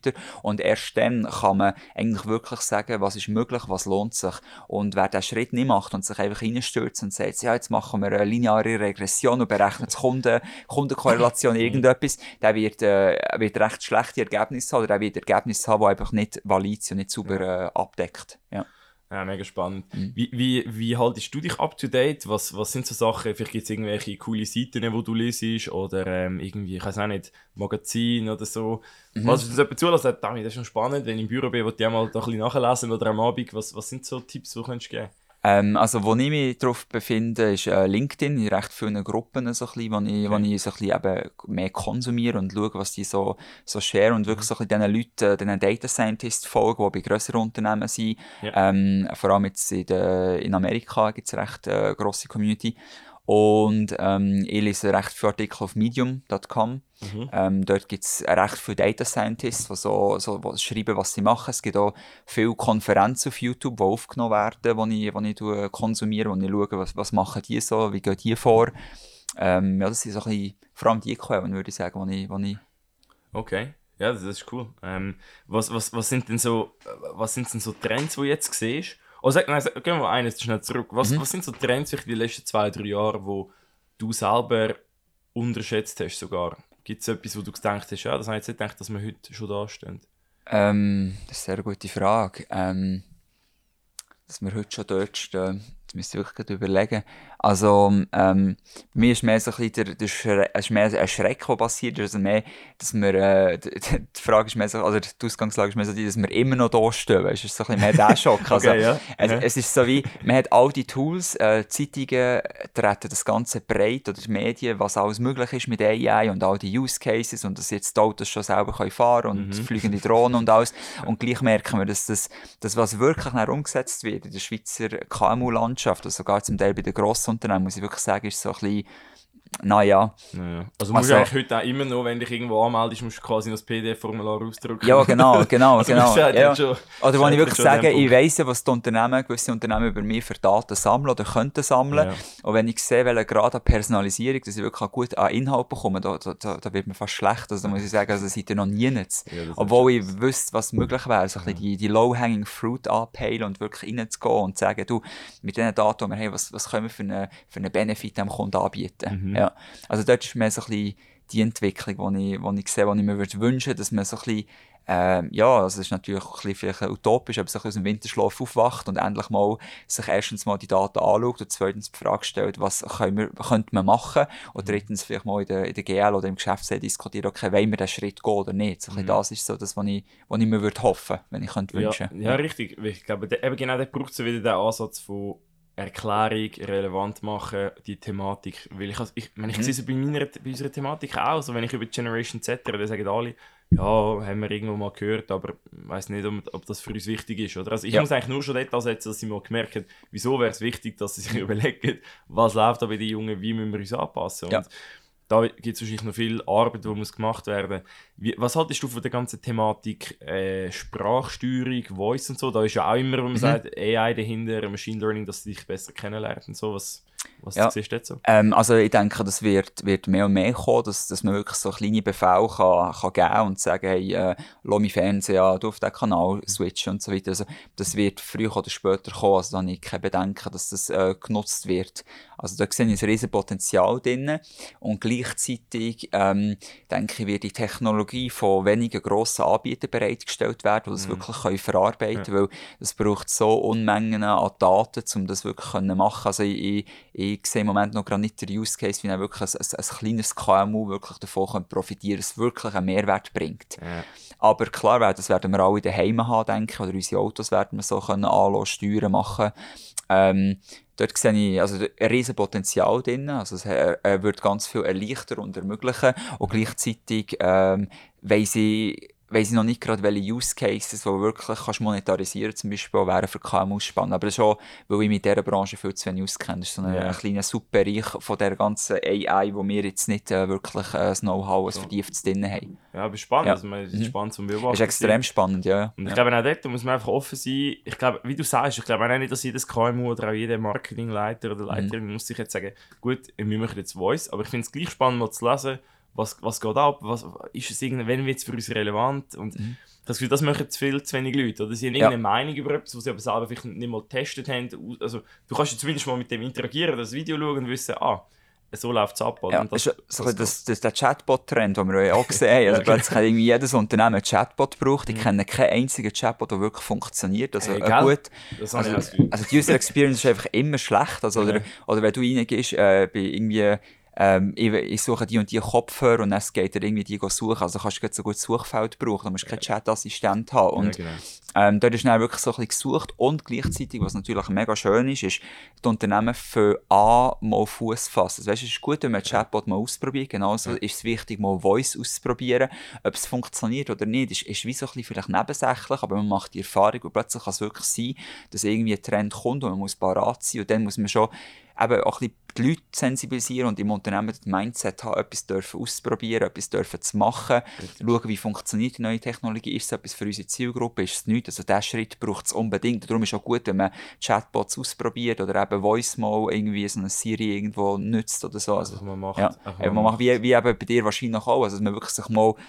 weiter. Und erst dann kann man eigentlich wirklich sagen, was ist möglich, was lohnt sich. Und wer diesen Schritt nicht macht und sich einfach reinstürzt und sagt, ja, jetzt machen wir eine lineare Regression und berechnen die Kundenkorrelation irgendetwas, der wird recht schlechte Ergebnisse haben, oder der wird Ergebnisse haben, die einfach nicht valid sind und nicht sauber abdeckt. Ja.
Ja, mega spannend. Wie haltest du dich up to date? Was sind so Sachen, vielleicht gibt es irgendwelche coole Seiten, die du liest, oder irgendwie, ich weiß auch nicht, Magazin oder so. Was ist das jemand zulässt, sagt, das ist schon spannend, wenn ich im Büro bin, will ich mal da ein bisschen nachlesen oder am Abend. Was sind so Tipps, die du geben kannst?
Also, wo ich mich drauf befinde, ist LinkedIn, in recht vielen Gruppen, so ein bisschen, wo ich so ein bisschen eben mehr konsumiere und schaue, was die so share und wirklich so ein bisschen diesen Leuten, diesen Data Scientists folgen, die bei grösseren Unternehmen sind.
Ja.
Vor allem jetzt in Amerika gibt es eine recht grosse Community. Und ich lese recht viele Artikel auf medium.com. Dort gibt es recht viele Data Scientists, die so schreiben, was sie machen. Es gibt auch viele Konferenzen auf YouTube, die aufgenommen werden, die ich konsumiere, wo ich schaue, was machen die so, wie gehen die vor. Ja, das sind so ein bisschen, vor allem die Quellen, würde ich sagen, wo ich...
Okay, ja, das ist cool. Was sind denn so Trends, die du jetzt siehst? Gehen wir eines schnell zurück. Was sind so Trends für die letzten 2-3 Jahre, wo du selber unterschätzt hast sogar? Gibt es etwas, wo du gedacht hast, ja, das habe ich jetzt nicht gedacht, dass wir heute schon da stehen?
Das ist eine sehr gute Frage. Dass wir heute schon dort stehen, das müsste ich wirklich überlegen. Also, bei mir ist mehr so ein bisschen ein Schreck, der passiert ist. Also mehr, dass wir, die Frage ist mehr so, also die Ausgangslage ist mehr so die, dass wir immer noch da stehen. Weißt, es ist so ein bisschen mehr der Schock. Also,
Okay, ja.
Es ist so wie, man hat all die Tools, Zeitungen treten das Ganze breit, oder die Medien, was alles möglich ist mit AI und all die Use Cases und dass jetzt die Autos schon selber fahren können und fliegende Drohnen und alles. Und gleich merken wir, dass das was wirklich umgesetzt wird in der Schweizer KMU-Landschaft, also sogar zum Teil bei den grossen Unternehmen, muss ich wirklich sagen, ist so ein bisschen, naja.
Also musst du eigentlich heute auch immer noch, wenn du dich irgendwo anmeldest, musst du quasi noch das PDF-Formular ausdrucken.
Ja, genau.
Also
Ja.
Schon,
oder wo ich wirklich sage, ich weiss ja, was die gewisse Unternehmen über mich für Daten sammeln oder könnten sammeln. Ja. Und wenn ich sehe, welchen Grad an Personalisierung, dass ich wirklich gut an Inhalt bekomme, da wird mir fast schlecht. Also da muss ich sagen, also seid ihr noch nie jetzt. Ja, obwohl ich wüsste, was möglich wäre, so ein bisschen die low-hanging fruit anpeilen und wirklich reinzugehen und zu sagen, du, mit diesen Daten, die wir haben, was können wir für einen Benefit dem Kunden anbieten. Ja. Also dort ist mehr so ein bisschen die Entwicklung, die ich sehe, die ich mir wünschen würde, dass man so ein bisschen, ja, also es ist natürlich ein bisschen vielleicht utopisch, aber sich aus dem Winterschlaf aufwacht und endlich mal sich erstens mal die Daten anschaut und zweitens die Frage stellt, was könnte man machen und drittens vielleicht mal in der GL oder im Geschäftsseite diskutieren, okay, wollen wir den Schritt gehen oder nicht. So das ist so das, was ich mir würde hoffen, wenn ich könnte wünschen.
Ja, richtig. Ich glaube, eben genau, da braucht es wieder den Ansatz von Erklärung, relevant machen, die Thematik. Weil ich sehe es bei unserer Thematik auch. Also wenn ich über Generation Z rede, dann sagen alle, ja, haben wir irgendwo mal gehört, aber ich weiss nicht, ob das für uns wichtig ist. Oder? Also ich muss eigentlich nur schon dort ansetzen, dass sie mal gemerkt haben, wieso wäre es wichtig, dass sie sich überlegen, was läuft da bei den Jungen, wie müssen wir uns anpassen. Und da gibt es wahrscheinlich noch viel Arbeit, die muss gemacht werden. Was haltest du von der ganzen Thematik Sprachsteuerung, Voice und so? Da ist ja auch immer, wenn man sagt, AI dahinter, Machine Learning, dass sie dich besser kennenlernen und so. Was siehst du jetzt so?
Also ich denke, das wird mehr und mehr kommen, dass man wirklich so kleine Befehle kann geben und sagen, hey, lass mich Fernsehen an, du auf den Kanal switchen und so weiter. Also das wird früher oder später kommen, also da habe ich kein Bedenken, dass das genutzt wird. Also da sehe ich ein riesen Potenzial drin und gleichzeitig denke ich, wird die Technologie von wenigen grossen Anbietern bereitgestellt werden, die das wirklich verarbeiten können, weil es braucht so Unmengen an Daten, um das wirklich zu machen. Also ich sehe im Moment noch gar nicht den Use Case, wie wirklich ein kleines KMU wirklich davon profitieren kann, dass es wirklich einen Mehrwert bringt. Ja. Aber klar, das werden wir alle daheim haben, denke ich, oder unsere Autos werden wir so anlassen, steuern, machen. Dort sehe ich also ein riesen Potenzial drin. Also es wird ganz viel erleichtern und ermöglichen. Und gleichzeitig weiss ich noch nicht gerade, welche Use Cases, die wirklich kannst monetarisieren zum Beispiel, wären für KMUs spannend. Aber das ist auch, weil ich mit dieser Branche viel zu wenig auskenne. Das ist so ein kleiner Subbereich von der ganzen AI, wo wir jetzt nicht wirklich ein Know-how, ein vertieftes drin haben.
Ja, aber spannend. Ja. Also, es ist spannend zum Beobachten.
Das ist extrem spannend, ja.
Und ich glaube, auch dort muss man einfach offen sein. Ich glaube, wie du sagst, ich glaube auch nicht, dass jedes KMU oder auch jeder Marketingleiter oder Leiterin muss sich jetzt sagen, gut, wir machen jetzt Voice, aber ich finde es gleich spannend, mal zu lesen, was geht ab, ist es wenn wird es für uns relevant und das Gefühl, das machen zu wenig Leute, oder sie haben irgendeine Meinung über etwas, was sie aber selber vielleicht nicht mal getestet haben, also du kannst ja zumindest mal mit dem interagieren, das Video schauen und wissen, so läuft es ab.
Ja, das ist der Chatbot-Trend, den wir ja auch gesehen haben. Also plötzlich hat irgendwie jedes Unternehmen einen Chatbot gebraucht. Ich kenne keinen einzigen Chatbot, der wirklich funktioniert. Also, gut. Also die User Experience ist einfach immer schlecht. Also, oder wenn du reingehst, bei irgendwie ich suche die und die Kopfhörer und dann geht er irgendwie die suchen. Also kannst du so gut Suchfeld brauchen, da musst du keinen Chat-Assistent haben. Und dort ist dann wirklich so ein bisschen gesucht und gleichzeitig, was natürlich mega schön ist, die Unternehmen für mal Fuß fassen. Also, weißt, es ist gut, wenn man einen Chatbot mal ausprobiert. Genauso ist es wichtig, mal Voice auszuprobieren. Ob es funktioniert oder nicht, ist wie so ein bisschen vielleicht nebensächlich, aber man macht die Erfahrung und plötzlich kann es wirklich sein, dass irgendwie ein Trend kommt und man muss parat sein und dann muss man schon eben auch ein bisschen die Leute sensibilisieren und im Unternehmen das Mindset haben, etwas dürfen auszuprobieren, etwas dürfen zu machen, schauen, wie funktioniert die neue Technologie, ist es etwas für unsere Zielgruppe, ist es nichts, also diesen Schritt braucht es unbedingt. Darum ist es auch gut, wenn man Chatbots ausprobiert oder eben Voice mal irgendwie so eine Siri irgendwo nutzt oder so. Also man macht, man macht wie eben bei dir wahrscheinlich auch, also dass man wirklich sich mal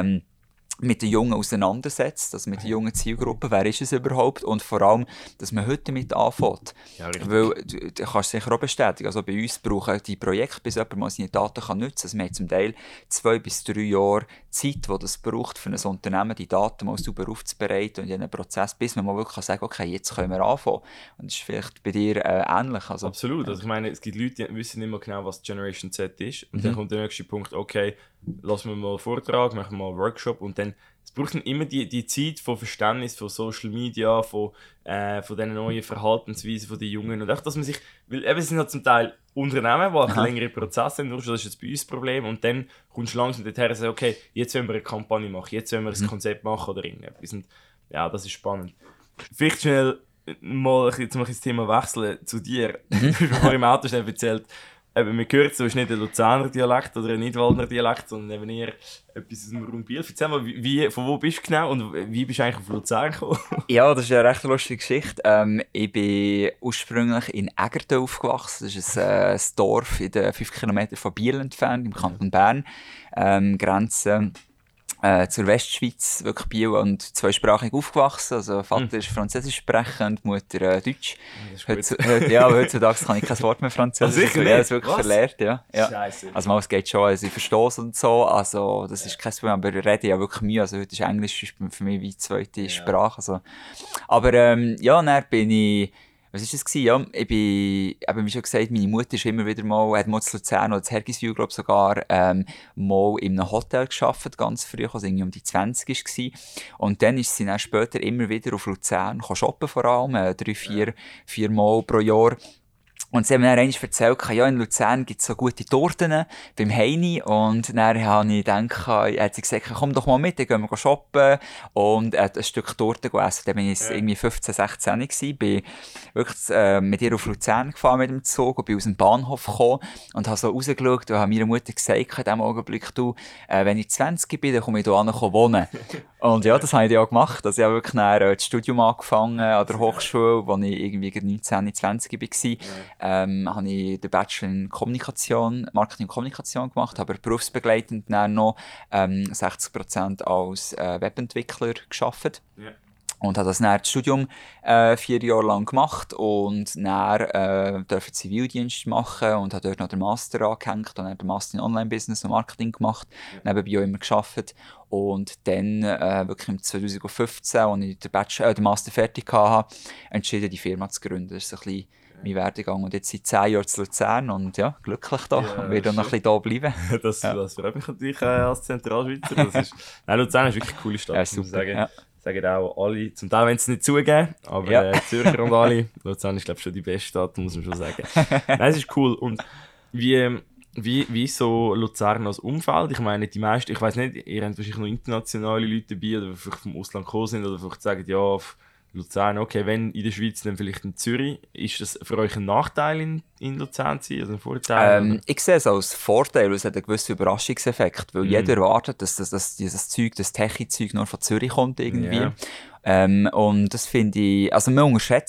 mit den Jungen auseinandersetzt, also mit der jungen Zielgruppe, wer ist es überhaupt und vor allem, dass man heute damit anfängt. Ja, weil du kannst sicher auch bestätigen, also bei uns brauchen die Projekte, bis jemand mal seine Daten kann nutzen kann. Also wir haben zum Teil 2 bis 3 Jahre Zeit, die das braucht, für ein Unternehmen die Daten mal sauber aufzubereiten und in einen Prozess, bis man mal wirklich sagen kann, okay, jetzt können wir anfangen. Und das ist vielleicht bei dir ähnlich. Also,
absolut, also ich meine, es gibt Leute, die wissen nicht mehr genau, was Generation Z ist und dann kommt der nächste Punkt, okay, lassen wir mal einen Vortrag, machen wir mal einen Workshop und dann es braucht dann immer die Zeit von Verständnis von Social Media, von diesen neuen Verhaltensweisen von den Jungen und auch, dass man sich, weil eben es sind halt zum Teil Unternehmen, die auch längere Prozesse haben, das ist jetzt bei uns das Problem und dann kommst du langsam dorthin und sagst, okay, jetzt wollen wir eine Kampagne machen, jetzt wollen wir ein Konzept machen oder irgendetwas und ja, das ist spannend. Vielleicht schnell mal ein bisschen das Thema wechseln zu dir. Du hast mir vorhin im Auto schnell erzählt, man hört, so ist nicht ein Luzerner Dialekt oder ein Nidwaldner Dialekt, sondern eben eher etwas aus dem Raum Biel. Erzähl mal, von wo bist du genau und wie bist du eigentlich auf Luzern gekommen?
Ja, das ist eine recht lustige Geschichte. Ich bin ursprünglich in Egerton aufgewachsen. Das ist ein Dorf in den 5 Kilometern von Biel entfernt, im Kanton Bern. Grenze zur Westschweiz, wirklich Biel und zweisprachig aufgewachsen. Also Vater ist Französisch sprechend, Mutter Deutsch. Aber heutzutage kann ich kein Wort mehr Französisch.
Also,
ich habe es wirklich verlernt. Ja. Scheiße. Also es geht schon, also ich verstehe es und so. Also das ist kein Problem, aber ich rede ja wirklich Mühe. Also heute ist Englisch für mich wie zweite Sprache. Also. Aber dann bin ich... Was war das? Ja, ich bin, wie schon gesagt, meine Mutter ist immer wieder mal, hat mal zu Luzern oder zu Hergiswil, glaube ich, sogar, mal in einem Hotel gearbeitet, ganz früh, als irgendwie um die 20 war. Und dann ist sie dann später immer wieder auf Luzern shoppen, vor allem, 3-4 Mal pro Jahr. Und sie haben mir dann einmal erzählt, ja, in Luzern gibt es so gute Torten beim Heini. Und dann habe ich gedacht, hat sie gesagt, komm doch mal mit, dann gehen wir shoppen und ein Stück Torte essen. Dann bin ich irgendwie 15, 16 gewesen, bin wirklich mit ihr auf Luzern gefahren mit dem Zug und bin aus dem Bahnhof gekommen und habe so rausgeschaut und habe meiner Mutter gesagt, in diesem Augenblick, du, wenn ich 20 bin, dann komme ich hier wohnen. Und ja, das habe ich dann auch gemacht. Also ich habe wirklich das Studium angefangen an der Hochschule, als ich irgendwie 19, 20 war. Habe ich den Bachelor in Kommunikation, Marketing und Kommunikation gemacht, habe berufsbegleitend dann noch 60% als Webentwickler gearbeitet. Yeah. Und habe das Studium 4 Jahre lang gemacht und dann durfte Zivildienst machen und habe dort noch den Master angehängt und dann den Master in Online-Business und Marketing gemacht, nebenbei auch immer gearbeitet. Und dann wirklich im 2015, als ich den Master fertig hatte, entschieden, die Firma zu gründen. Das ist so ein bisschen mein Werdegang. Und jetzt seit 10 Jahren zu Luzern und ja, glücklich da. Ja, und werde noch ein bisschen da bleiben.
Das freut mich natürlich als Zentralschweizer. Luzern ist wirklich eine coole Stadt,
ja, super, muss ich sagen. Ja.
Sagen auch alle, zum Teil wenn sie es nicht zugeben, aber Zürcher und alle. Luzern ist, glaube ich, schon die beste Stadt, muss man schon sagen. Nein, es ist cool. Und wie ist so Luzern als Umfeld? Ich meine, die meisten, ich weiss nicht, ihr habt wahrscheinlich noch internationale Leute dabei, oder vielleicht vom Ausland gekommen sind, oder vielleicht sagen, ja, Luzern, okay, wenn in der Schweiz, dann vielleicht in Zürich. Ist das für euch ein Nachteil, in Luzern zu sein, oder ein Vorteil?
Ich sehe es als Vorteil, weil es hat einen gewissen Überraschungseffekt, weil jeder erwartet, dass dieses Zeug, das Techie-Zeug nur von Zürich kommt irgendwie. Yeah. Und das finde ich, also man unterschätzt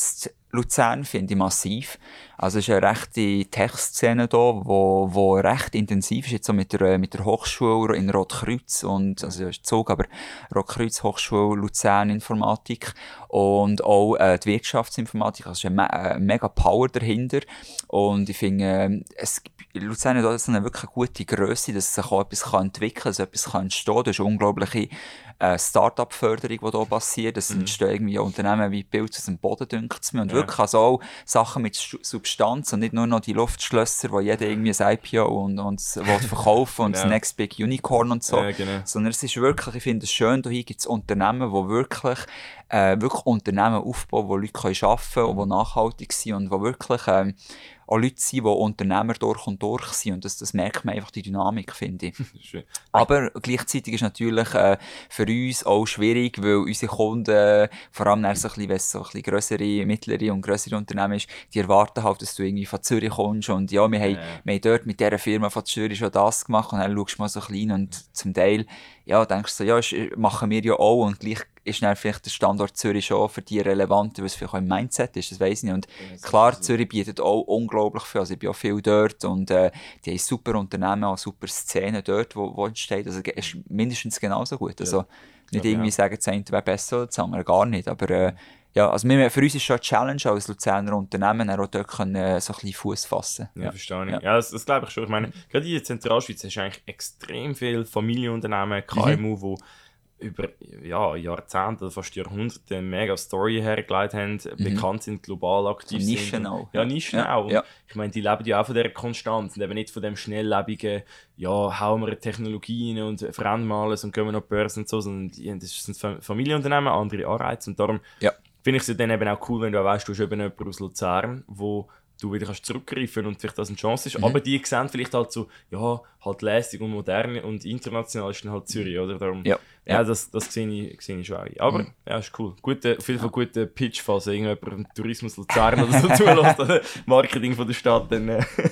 Luzern, finde ich massiv. Also es ist eine rechte Tech-Szene da, wo recht intensiv ist, jetzt so mit der Hochschule in Rotkreuz und, also ja, ist Zug, aber Rotkreuz, Hochschule Luzern Informatik und auch die Wirtschaftsinformatik, also es ist eine mega Power dahinter und ich finde, Luzern hat auch so eine wirklich gute Grösse, dass sich auch etwas entwickeln kann, dass etwas entstehen kann. Das ist eine unglaubliche Start-up-Förderung, die hier passiert. Es entstehen irgendwie Unternehmen wie Pilz aus dem Boden, denkt es mir. Und wirklich also auch Sachen mit Substanz und nicht nur noch die Luftschlösser, wo jeder irgendwie ein IPO und will verkaufen und das Next Big Unicorn und so.
Genau.
Sondern es ist wirklich, ich finde es schön, hier gibt es Unternehmen, die wirklich Unternehmen aufbauen, wo Leute arbeiten können und die nachhaltig sind und wo wirklich auch Leute sind, die Unternehmer durch und durch sind. Und das merkt man einfach, die Dynamik, finde ich. Aber gleichzeitig ist natürlich für uns auch schwierig, weil unsere Kunden, vor allem wenn es so ein bisschen grössere, mittlere und grössere Unternehmen ist, die erwarten halt, dass du irgendwie von Zürich kommst. Und ja, wir haben dort mit dieser Firma von Zürich schon das gemacht und dann schaust du mal so klein und zum Teil, ja, denkst du so, ja, machen wir ja auch und gleich ist dann vielleicht der Standort Zürich schon für die relevant, weil es vielleicht auch im Mindset ist, das weiss ich nicht. Und klar, Zürich bietet auch unglaublich viel, also ich bin auch viel dort und die haben super Unternehmen, auch super Szenen dort, wo entsteht, also es ist mindestens genauso gut, also nicht irgendwie sagen, das eine wäre besser oder das andere gar nicht, aber ja, also für uns ist schon eine Challenge als Luzerner Unternehmen, auch dort können, so ein bisschen Fuß fassen.
Ja, verstehe ich. Ja, das glaube ich schon. Ich meine, gerade in der Zentralschweiz hast du eigentlich extrem viele Familienunternehmen, KMU, die über Jahrzehnte oder fast Jahrhunderte eine mega Story hergeleitet haben, bekannt sind, global aktiv sind.
Nischen auch.
Ja, Nischen auch. Und ich meine, die leben ja auch von dieser Konstanz und eben nicht von dem schnelllebigen, ja, hauen wir eine Technologie rein und verändern wir alles und gehen wir noch Börsen und so, sondern das sind Familienunternehmen, andere Anreize und darum finde ich es dann eben auch cool, wenn du auch weißt, du hast eben jemanden aus Luzern, wo du wieder kannst zurückgreifen und vielleicht das eine Chance ist. Aber die sehen vielleicht halt so, ja, halt lässig und modern und international ist dann halt Zürich, oder? Darum, das sehe ich schon auch. Aber ja, ist cool. Auf jeden Fall guter Pitch, falls irgendjemand im Tourismus Luzern oder so zulässt, oder Marketing von der Stadt, dann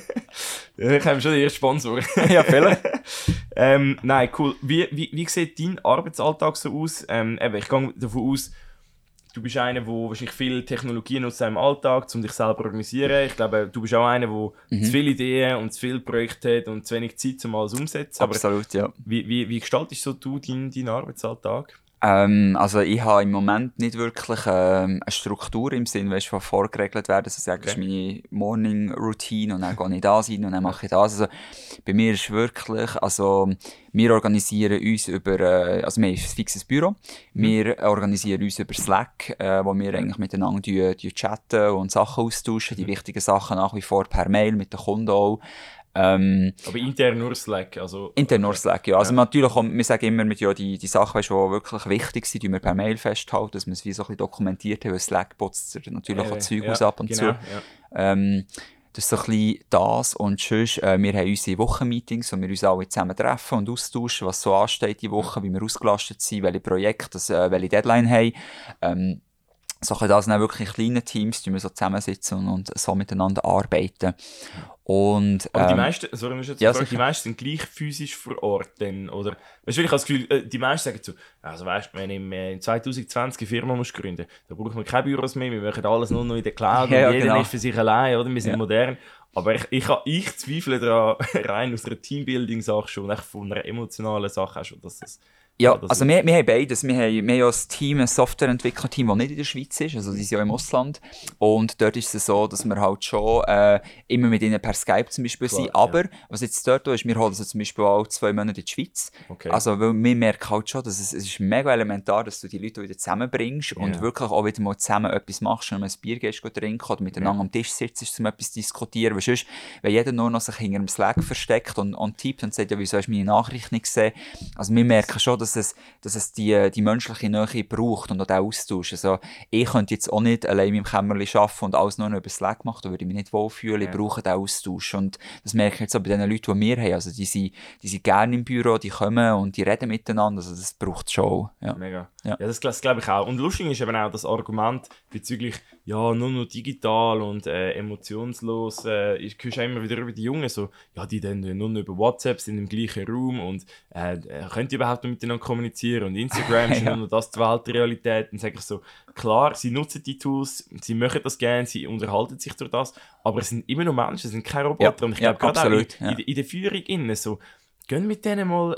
haben wir schon den ersten Sponsor.
Ja, vielleicht.
Nein, cool. Wie sieht dein Arbeitsalltag so aus? Ich gehe davon aus, du bist einer, der wahrscheinlich viele Technologien nutzt im Alltag, um dich selber zu organisieren. Ich glaube, du bist auch einer, der zu viele Ideen und zu viele Projekte hat und zu wenig Zeit, um alles umzusetzen.
Absolut, ja.
Wie gestaltest so du deinen Arbeitsalltag?
Also ich habe im Moment nicht wirklich eine Struktur im Sinn, weißt, von vorgeregelt werden. Also das ist meine Morning Routine und dann gehe ich da sein und dann mache ich das. Also bei mir ist wirklich, also wir organisieren uns über, also wir haben ein fixes Büro. Wir organisieren uns über Slack, wo wir eigentlich miteinander chatten und Sachen austauschen, die wichtigen Sachen nach wie vor per Mail mit den Kunden auch.
Aber intern nur Slack? Also,
intern nur Slack, ja. Also natürlich, wir sagen immer, mit, ja, die Sachen, weißt, die wirklich wichtig sind, die wir per Mail festhalten, dass wir es wie so ein bisschen dokumentiert haben, weil Slack putzt natürlich auch Zeug aus ab und zu. Das ist so ein bisschen das und sonst, wir haben unsere Wochenmeetings, wo wir uns alle zusammen treffen und austauschen, was so ansteht die Woche, wie wir ausgelastet sind, welche Projekte, welche Deadline haben. So können das dann wirklich in kleinen Teams, die wir so zusammensitzen und so miteinander arbeiten. Und,
aber die meisten, die meisten sind gleich physisch vor Ort dann, oder? Weißt du, ich habe das Gefühl, die meisten sagen so, also weißt du, wenn ich in 2020 eine Firma muss gründen, da brauchen wir keine Büros mehr, wir machen alles nur noch in der Cloud und jeder ist für sich allein, oder? Wir sind modern. Aber ich zweifle daran, rein aus einer Teambuilding-Sache schon, echt von einer emotionalen Sache auch schon, dass das...
Ja, also wir haben beides. Wir haben ja ein Team, ein Softwareentwicklerteam, das nicht in der Schweiz ist, also die sind ja im Ausland. Und dort ist es so, dass wir halt schon immer mit ihnen per Skype zum Beispiel sind. Aber was jetzt dort ist, wir holen also zum Beispiel auch 2 Monate in die Schweiz. Okay. Also weil wir merken halt schon, dass es ist mega elementar, dass du die Leute wieder zusammenbringst und wirklich auch wieder mal zusammen etwas machst, wenn man ein Bier gehst, trinken oder miteinander am Tisch sitzt, um etwas zu diskutieren. Weil sonst, wenn jeder nur noch sich hinter dem Slack versteckt und tippt und sagt, ja, wieso hast du meine Nachricht nicht gesehen? Also wir merken schon, dass es die menschliche Nähe braucht und auch den Austausch. Also ich könnte jetzt auch nicht allein im Kämmerchen arbeiten und alles nur noch über Slack machen, da würde ich mich nicht wohlfühlen. Ich brauche den Austausch. Und das merke ich jetzt auch bei den Leuten, die wir haben. Also die sind gerne im Büro, die kommen und die reden miteinander. Also das braucht es schon. Ja.
Mega. Ja, das glaube ich auch. Und lustig ist eben auch das Argument bezüglich, ja, nur noch digital und emotionslos. Ich höre immer wieder über die Jungen so, ja, die dann nur noch über WhatsApp sind im gleichen Raum und können die überhaupt noch miteinander noch kommunizieren und Instagram ist nur noch das die Weltrealität. Dann sage ich so, klar, sie nutzen die Tools, sie machen das gerne, sie unterhalten sich durch das, aber es sind immer noch Menschen, es sind keine Roboter. Und ich glaube, gerade auch in der Führung innen so, gehen mit denen mal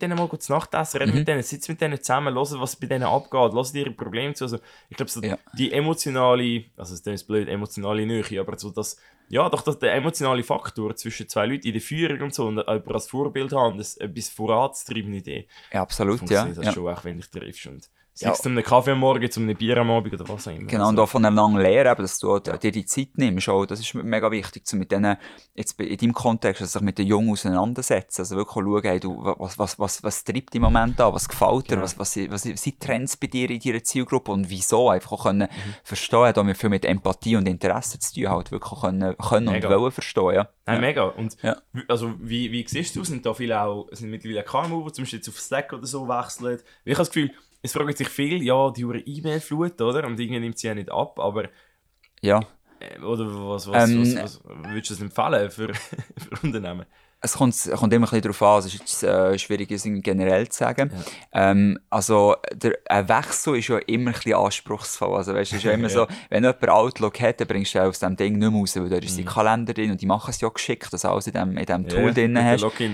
zu Nacht essen, reden mit denen, sitzen mit denen zusammen, hören, was bei denen abgeht, hören ihre Probleme zu. Also, ich glaube, so die emotionale, also das ist blöd, emotionale Nähe, aber so das, ja, doch der emotionale Faktor zwischen zwei Leuten in der Führung und so und jemanden als Vorbild haben, das etwas voranzutreiben Idee.
Ja, absolut, ja.
Das schon auch, wenn dich triffst. Und sei es zu einem Kaffee am Morgen, zu einem Bier am Abend oder was auch immer.
Genau, und auch voneinander lernen, dass du dir die Zeit nimmst. Auch, das ist mega wichtig, so mit denen, jetzt in deinem Kontext, also sich mit den Jungen auseinandersetzen. Also wirklich schauen, hey, du, was treibt im Moment an, was gefällt dir, was sind Trends bei dir in deiner Zielgruppe und wieso. Einfach auch können verstehen, da wir viel mit Empathie und Interesse zu tun halt wirklich können und wollen verstehen. Ja.
Nein, mega. Und also, wie siehst du, sind da viele auch, sind mittlerweile KMU, die zum Beispiel jetzt auf Slack oder so wechseln? Ich habe das Gefühl, es fragen sich viel, ja, die E-Mail-Flut, oder? Und irgendwie nimmt sie ja nicht ab, aber...
Ja.
Oder was würdest du das empfehlen für Unternehmen?
Es kommt immer ein bisschen darauf an, es ist jetzt schwierig, es generell zu sagen. Ja. Also, ein Wechsel ist ja immer ein bisschen anspruchsvoll. Also, weißt, es ist ja immer so, wenn jemand Outlook hat, dann bringst du aus dem Ding nicht mehr raus, weil da ist sein Kalender drin und die machen es ja geschickt, dass du alles in dem Tool drin hast.
Login,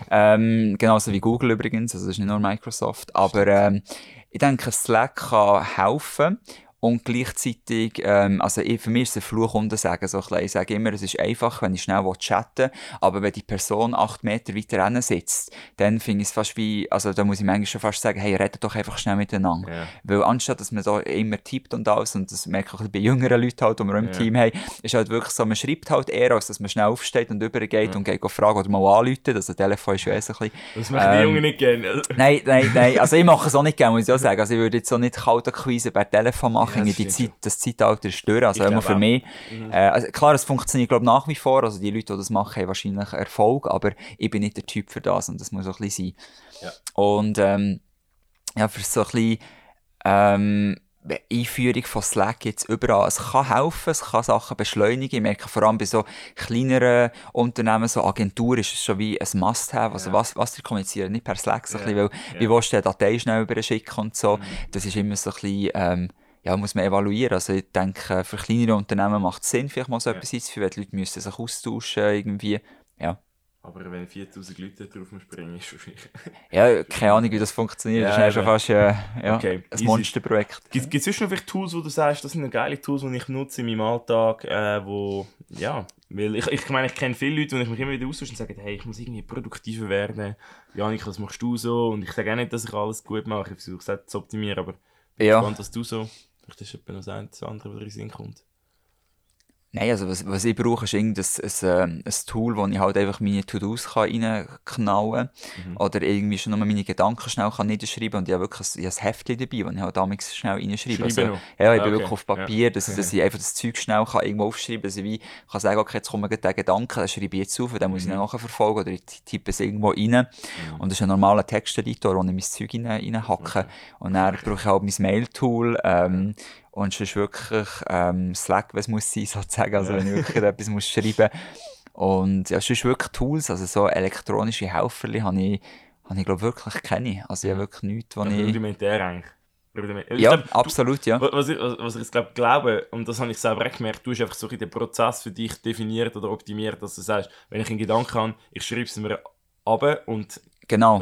genauso wie Google übrigens, also das ist nicht nur Microsoft. Aber ich denke, Slack kann helfen. Und gleichzeitig, also für mich ist es ein Fluch und ein Segen. So ich sage immer, es ist einfach, wenn ich schnell chatten will, aber wenn die Person 8 Meter weiter hinten sitzt, dann finde ich es fast wie, also da muss ich manchmal schon fast sagen, hey, redet doch einfach schnell miteinander. Ja. Weil anstatt, dass man da immer tippt und alles, und das merke ich auch bei jüngeren Leuten halt, die wir im Team haben, ist halt wirklich so, man schreibt halt eher, als dass man schnell aufsteht und übergeht und geht fragen oder mal anrufen. Also Telefon ist ja so ein bisschen...
Das machen die Jungen nicht gerne.
Nein, also ich mache es auch nicht gerne, muss ich auch sagen. Also ich würde jetzt so nicht Kaltakquise per Telefon machen. Das Zeitalter ist durch, also immer für mich. Also klar, es funktioniert glaube nach wie vor, also die Leute, die das machen, haben wahrscheinlich Erfolg, aber ich bin nicht der Typ für das und das muss auch ein bisschen sein. Ja. Und für so ein bisschen Einführung von Slack jetzt überall. Es kann helfen, es kann Sachen beschleunigen. Ich merke vor allem bei so kleineren Unternehmen, so Agenturen, ist es schon wie ein Must-have. Also was die kommunizieren, nicht per Slack, so ein bisschen, weil wie willst du eine Datei schnell überschicken und so. Das ist immer so ein bisschen... muss man evaluieren. Also ich denke, für kleinere Unternehmen macht es Sinn, vielleicht mal so etwas einzuführen, weil die Leute müssen sich austauschen irgendwie. Ja.
Aber wenn 4000 Leute drauf springen, ist es schon schwierig.
Ja, keine Ahnung, wie das funktioniert. Das ist ja schon fast ein Monsterprojekt.
Gibt es sonst noch vielleicht Tools, wo du sagst, das sind geile Tools, die ich nutze in meinem Alltag, weil ich meine, ich kenne viele Leute, die ich mich immer wieder austausche und sagen, hey, ich muss irgendwie produktiver werden. Janik, was machst du so? Und ich sage auch nicht, dass ich alles gut mache, ich versuche es zu optimieren, aber ich bin gespannt, was du so... Vielleicht ist etwas noch das andere, was in den Sinn kommt.
Nein, also was ich brauche, ist ein Tool, wo ich halt einfach meine To-Dos reinknallen kann. Oder irgendwie schon nur meine Gedanken schnell niederschreiben kann. Und ich habe wirklich ein Heftchen dabei, wo ich halt damals schnell reinschreibe. Also, ich bin wirklich auf Papier, dass ich einfach das Zeug schnell irgendwo aufschreiben kann. Dass ich kann sagen, okay, jetzt kommt mir der Gedanke, den schreibe ich jetzt auf, den muss ich dann nachher verfolgen. Oder ich tippe es irgendwo rein. Und das ist ein normaler Texteditor, wo ich mein Zeug reinhacke. Und dann brauche ich halt mein Mail-Tool. Und es ist wirklich Slack, was muss sein, sozusagen, also wenn ich wirklich etwas muss schreiben und ja, es ist wirklich Tools, also so elektronische Helferli habe ich glaube wirklich keine, also ich habe wirklich nichts, was ich...
Rudimentär eigentlich.
Ja, glaub, absolut, ja.
Was ich jetzt glaube, und das habe ich selber auch gemerkt, du hast einfach so den Prozess für dich definiert oder optimiert, dass du sagst, wenn ich einen Gedanken habe, ich schreibe es mir runter und...
Genau.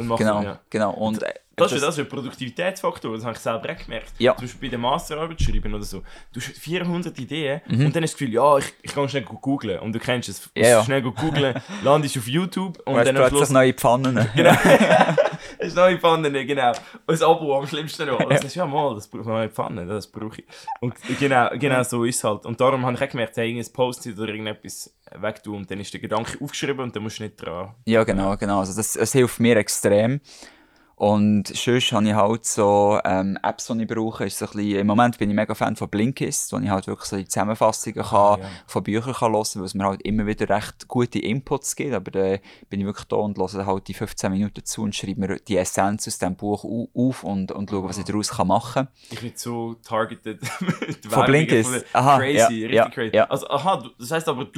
Und das ist ein Produktivitätsfaktor, das habe ich selber auch gemerkt.
Ja.
Zum Beispiel bei der Masterarbeit schreiben oder so. Du hast 400 Ideen und dann hast du das Gefühl, ich kann schnell googlen. Und du kennst es. Schnell googlen, landest auf YouTube und dann
am Schluss... neue Pfannen.
Genau. Es ist neue Pfannen, genau. Und das Abo am schlimmsten noch. Das ist das braucht neue Pfannen, das brauche ich. Und genau so ist es halt. Und darum habe ich auch gemerkt, hey, irgendein Post-it oder irgendetwas wegtun und dann ist der Gedanke aufgeschrieben und dann musst du nicht dran.
Ja, genau. Also das hilft mir extrem. Und sonst habe ich halt so Apps, die ich brauche. Ist so ein bisschen, im Moment bin ich mega Fan von Blinkist, wo ich halt wirklich so die Zusammenfassungen von Büchern hören kann, weil es mir halt immer wieder recht gute Inputs gibt. Aber dann bin ich wirklich da und höre halt die 15 Minuten zu und schreibe mir die Essenz aus diesem Buch auf und schaue, was ich daraus machen kann.
Ich bin so targeted
von Blinkist.
Crazy, richtig crazy.
Ja.
Also, das heisst aber, du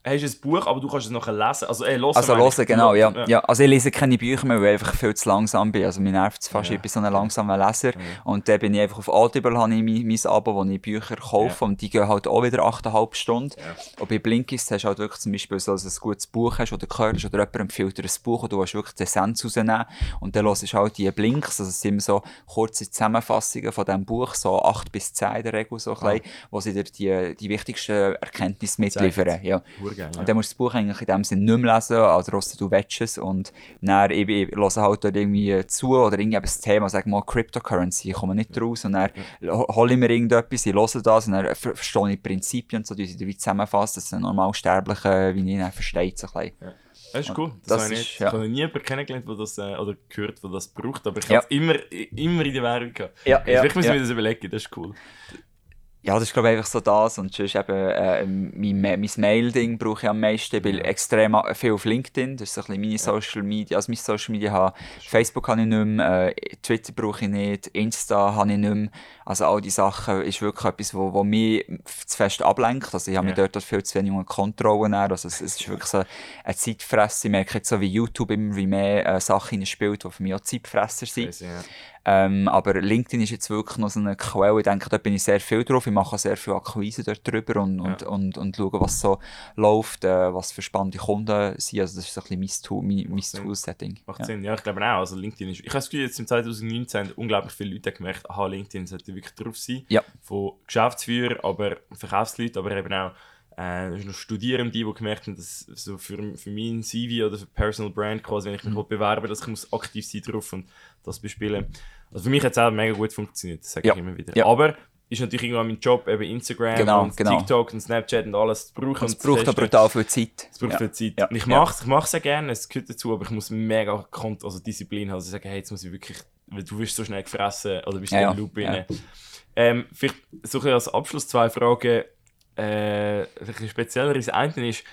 hast du ein Buch, aber du kannst es nachher lesen. Also hören.
Hören, genau, ja. Also ich lese keine Bücher mehr, weil ich einfach viel zu langsam bin. Also mir nervt es fast, ich bin so ein langsamer Leser. Ja. Und dann bin ich einfach auf Audible, habe ich mein Abo, wo ich Bücher kaufe und die gehen halt auch wieder 8,5 Stunden. Ja. Und bei Blinkist hast du halt wirklich zum Beispiel so, dass du ein gutes Buch hast oder gehört hast oder jemand empfiehlt dir ein Buch und du willst wirklich die Essenz rausnehmen. Und dann hörst du halt die Blinks, also es sind immer so kurze Zusammenfassungen von diesem Buch, so 8 bis 10 in der Regel, so klein, wo sie dir die wichtigsten Erkenntnisse mitliefern. Ja. Und dann musst du das Buch eigentlich in dem Sinne nicht mehr lesen, also du willst es. Und dann ich höre halt dort irgendwie zu oder irgendwie das Thema, sag mal Cryptocurrency, ich komme nicht raus und dann hole ich mir irgendetwas, ich höre das und dann verstehe ich die Prinzipien und so, die sie zusammenfassen, dass ein Normalsterblicher wie ich dann versteht. So ein
bisschen. Das ist cool. Ich habe nie jemanden kennengelernt, der das, oder gehört, der das braucht, aber ich habe es immer in der Werbung gehabt. Vielleicht müssen wir das überlegen, das ist cool.
Ja, das ist glaube ich einfach so das und sonst eben mein Mail-Ding brauche ich am meisten. Ich bin extrem viel auf LinkedIn, das ist so ein bisschen meine Social Media. Also meine Social Media habe Facebook habe ich nicht mehr, Twitter brauche ich nicht, Insta habe ich nicht mehr. Also all diese Sachen ist wirklich etwas, wo mich zu fest ablenkt. Also ich habe mich dort viel zu wenig unter Kontrolle. Also es ist wirklich so eine Zeitfresse. Ich merke jetzt so, wie YouTube immer wie mehr Sachen spielt, die für mich auch Zeitfresser sind. Aber LinkedIn ist jetzt wirklich noch so eine Quelle. Ich denke, da bin ich sehr viel drauf. Ich mache sehr viel Akquise dort drüber und schaue, was so läuft, was für spannende Kunden sind. Also das ist so ein bisschen mein Tool-Setting.
Macht Sinn, ja, ich glaube auch. Also LinkedIn ist, ich habe das Gefühl, jetzt im 2019 unglaublich viele Leute gemerkt, LinkedIn sollte wirklich drauf sein.
Ja.
Von Geschäftsführern, aber Verkaufsleuten, aber eben auch noch Studierende, die gemerkt haben, dass so für mein CV oder für Personal Brand quasi, wenn ich mich bewerbe, dass ich muss aktiv sein drauf und das bespielen. Also für mich hat es auch mega gut funktioniert, das sage ich immer wieder. Ja. Aber ist natürlich irgendwann mein Job, eben Instagram und TikTok und Snapchat und alles zu brauchen.
Es braucht aber brutal viel Zeit.
Es braucht viel Zeit. Ja. Und ich mache es sehr gerne, es gehört dazu, aber ich muss mega Disziplin haben. Also ich sage, hey, jetzt muss ich wirklich, weil du wirst so schnell gefressen oder bist in der Loop rein. Vielleicht so als Abschluss 2 Fragen, vielleicht spezieller. Das eine ist,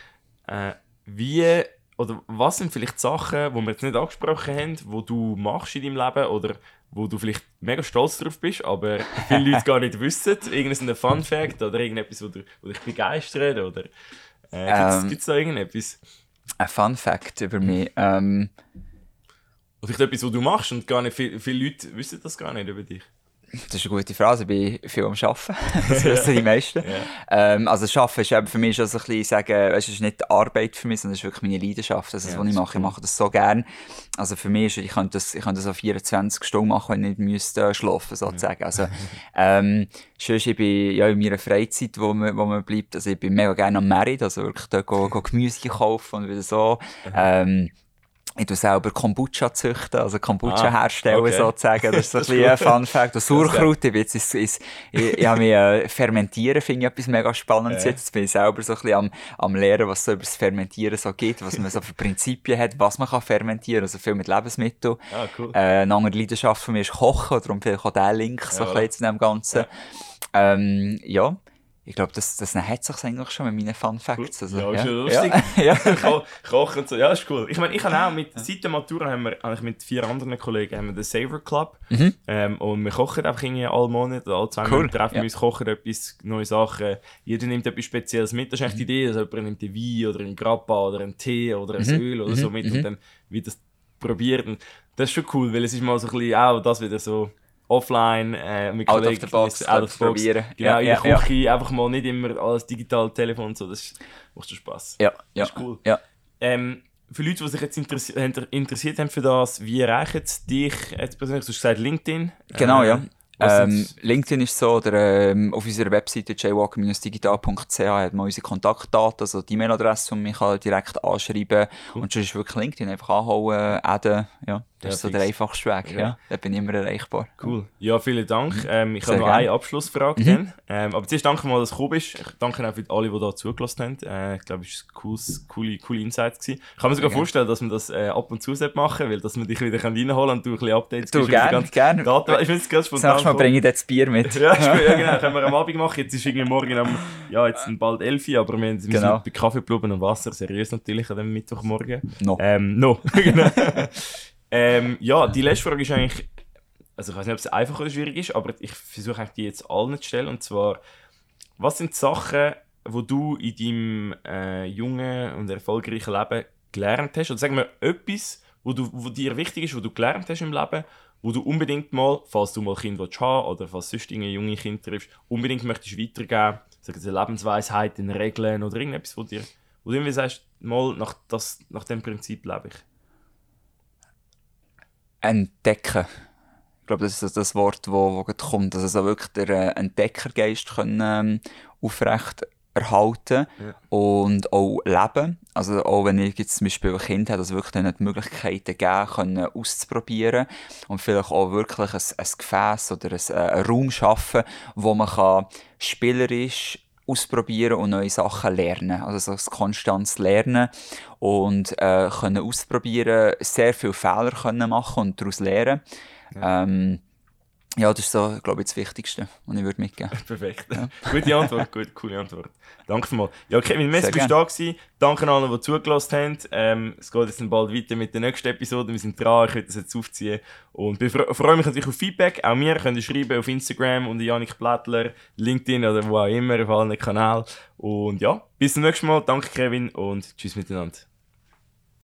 wie oder was sind vielleicht Sachen, die wir jetzt nicht angesprochen haben, die du machst in deinem Leben oder wo du vielleicht mega stolz drauf bist, aber viele Leute gar nicht wissen? Irgendein Fun Fact oder irgendetwas, wo dich begeistert? Oder gibt es da irgendetwas?
Ein Fun Fact über mich?
Oder vielleicht etwas, was du machst und gar nicht viele Leute wissen das gar nicht über dich?
Das ist eine gute Frage. Ich bin viel am Arbeiten. Das wissen die meisten. Also das Arbeiten ist eben für mich schon so ein bisschen, sagen, es ist nicht die Arbeit für mich, sondern es ist wirklich meine Leidenschaft. Das ist, was ich mache. Ich mache das so gerne. Also für mich ist, ich könnte das auf 24 Stunden machen, wenn ich nicht müsste schlafen, sozusagen. Also, sonst, ich bin in meiner Freizeit, wo man bleibt. Also ich bin mega gerne am Merit, also wirklich dort go Gemüse kaufen und wieder so. Ich tue selber Kombucha züchten, also Kombucha herstellen sozusagen. Das ist so ein bisschen ein Fun Fact. Und Sauerkraut, ich habe mich fermentieren, finde ich etwas mega Spannendes jetzt. Jetzt bin ich selber so ein bisschen am Lernen, was es so über das Fermentieren so gibt, was man so für Prinzipien hat, was man kann fermentieren, also viel mit Lebensmitteln.
Cool.
Eine andere Leidenschaft von mir ist Kochen, darum vielleicht auch der Link so ein bisschen zu dem Ganzen. Ich glaube, das hat sich eigentlich schon mit meinen Fun Facts.
Also, ja, ist ja lustig. Kochen und so. Ja, ist cool. Ich meine, ich habe auch seit der Matura habe ich mit 4 anderen Kollegen den Savor Club. Und wir kochen einfach irgendwie alle Monate oder alle 2 Monate treffen wir uns, kochen etwas, neue Sachen. Jeder nimmt etwas Spezielles mit. Das ist echt die Idee. Also jemand nimmt einen Wein oder einen Grappa oder einen Tee oder ein Öl oder so mit und dann wird das probiert. Und das ist schon cool, weil es ist mal so ein bisschen auch das wieder so offline, mit
Kollegen, out of the box, probieren.
Genau, in der Küche, einfach mal nicht immer alles digital, Telefon und so, das macht schon Spass.
Ja,
das ist cool.
Ja.
Für Leute, die sich jetzt interessiert haben für das, wie erreichen sie dich jetzt persönlich? Du hast gesagt LinkedIn.
Genau, ja. LinkedIn ist so, oder auf unserer Webseite jaywalker-digital.ch hat man unsere Kontaktdaten, also die E-Mail-Adresse, und mich kann direkt anschreiben. Cool. Und sonst ist wirklich LinkedIn einfach anhauen, adden, ja. Das ist so der einfachste Weg, ja. Da bin ich immer erreichbar.
Cool. Ja, vielen Dank. Ich habe noch eine Abschlussfrage. Aber zuerst danke mal, dass du gekommen bist. Ich danke auch für alle, die da zugelassen haben. Ich glaube, es war coole Insights gewesen. Ich kann mir sogar vorstellen, dass wir das ab und zu machen, weil dass wir dich wieder reinholen kann und du ein bisschen Updates
gibst. Du, gerne.
Ich finde es ganz spontan.
Nächstes Mal bringe ich das Bier mit.
Ja, genau. Können wir am Abend machen. Jetzt ist irgendwie morgen jetzt bald 11 Uhr, aber wir sind bei Kaffee, Blumen und Wasser. Seriös natürlich an dem Mittwochmorgen.
No.
Genau. Die letzte Frage ist eigentlich, also ich weiß nicht, ob es einfach oder schwierig ist, aber ich versuche eigentlich die jetzt allen zu stellen. Und zwar, was sind die Sachen, wo du in deinem jungen und erfolgreichen Leben gelernt hast? Oder sagen wir etwas, wo dir wichtig ist, wo du gelernt hast im Leben, wo du unbedingt mal, falls du mal Kind haben willst oder falls du sonst junge Kinder triffst, unbedingt möchtest weitergeben, sagen Sie Lebensweisheiten, Regeln oder irgendetwas, wo du irgendwie sagst, mal nach dem Prinzip lebe ich.
Entdecken. Ich glaube, das ist das Wort, das kommt. Also so wirklich der Entdeckergeist können, aufrecht erhalten und auch leben. Also auch wenn ich jetzt zum Beispiel ein Kind habe, dass es wirklich dann die Möglichkeiten geben können, auszuprobieren und vielleicht auch wirklich ein Gefäß oder einen Raum schaffen, wo man kann spielerisch ausprobieren und neue Sachen lernen. Also so ein konstantes Lernen und können ausprobieren, sehr viele Fehler können machen und daraus lernen. Ja, das ist so, glaube ich, das Wichtigste, was ich mitgeben würde.
Perfekt. Ja. Gute Antwort, coole Antwort. Danke vielmals. Ja, Kevin, merci, bist du da gewesen. Danke an alle, die zugelassen haben. Es geht jetzt dann bald weiter mit der nächsten Episode. Wir sind dran, ich werde das jetzt aufziehen. Und ich freue mich natürlich auf Feedback. Auch mir könnt ihr schreiben auf Instagram unter Janik Blättler, LinkedIn oder wo auch immer, auf allen Kanälen. Und ja, bis zum nächsten Mal. Danke, Kevin, und tschüss miteinander.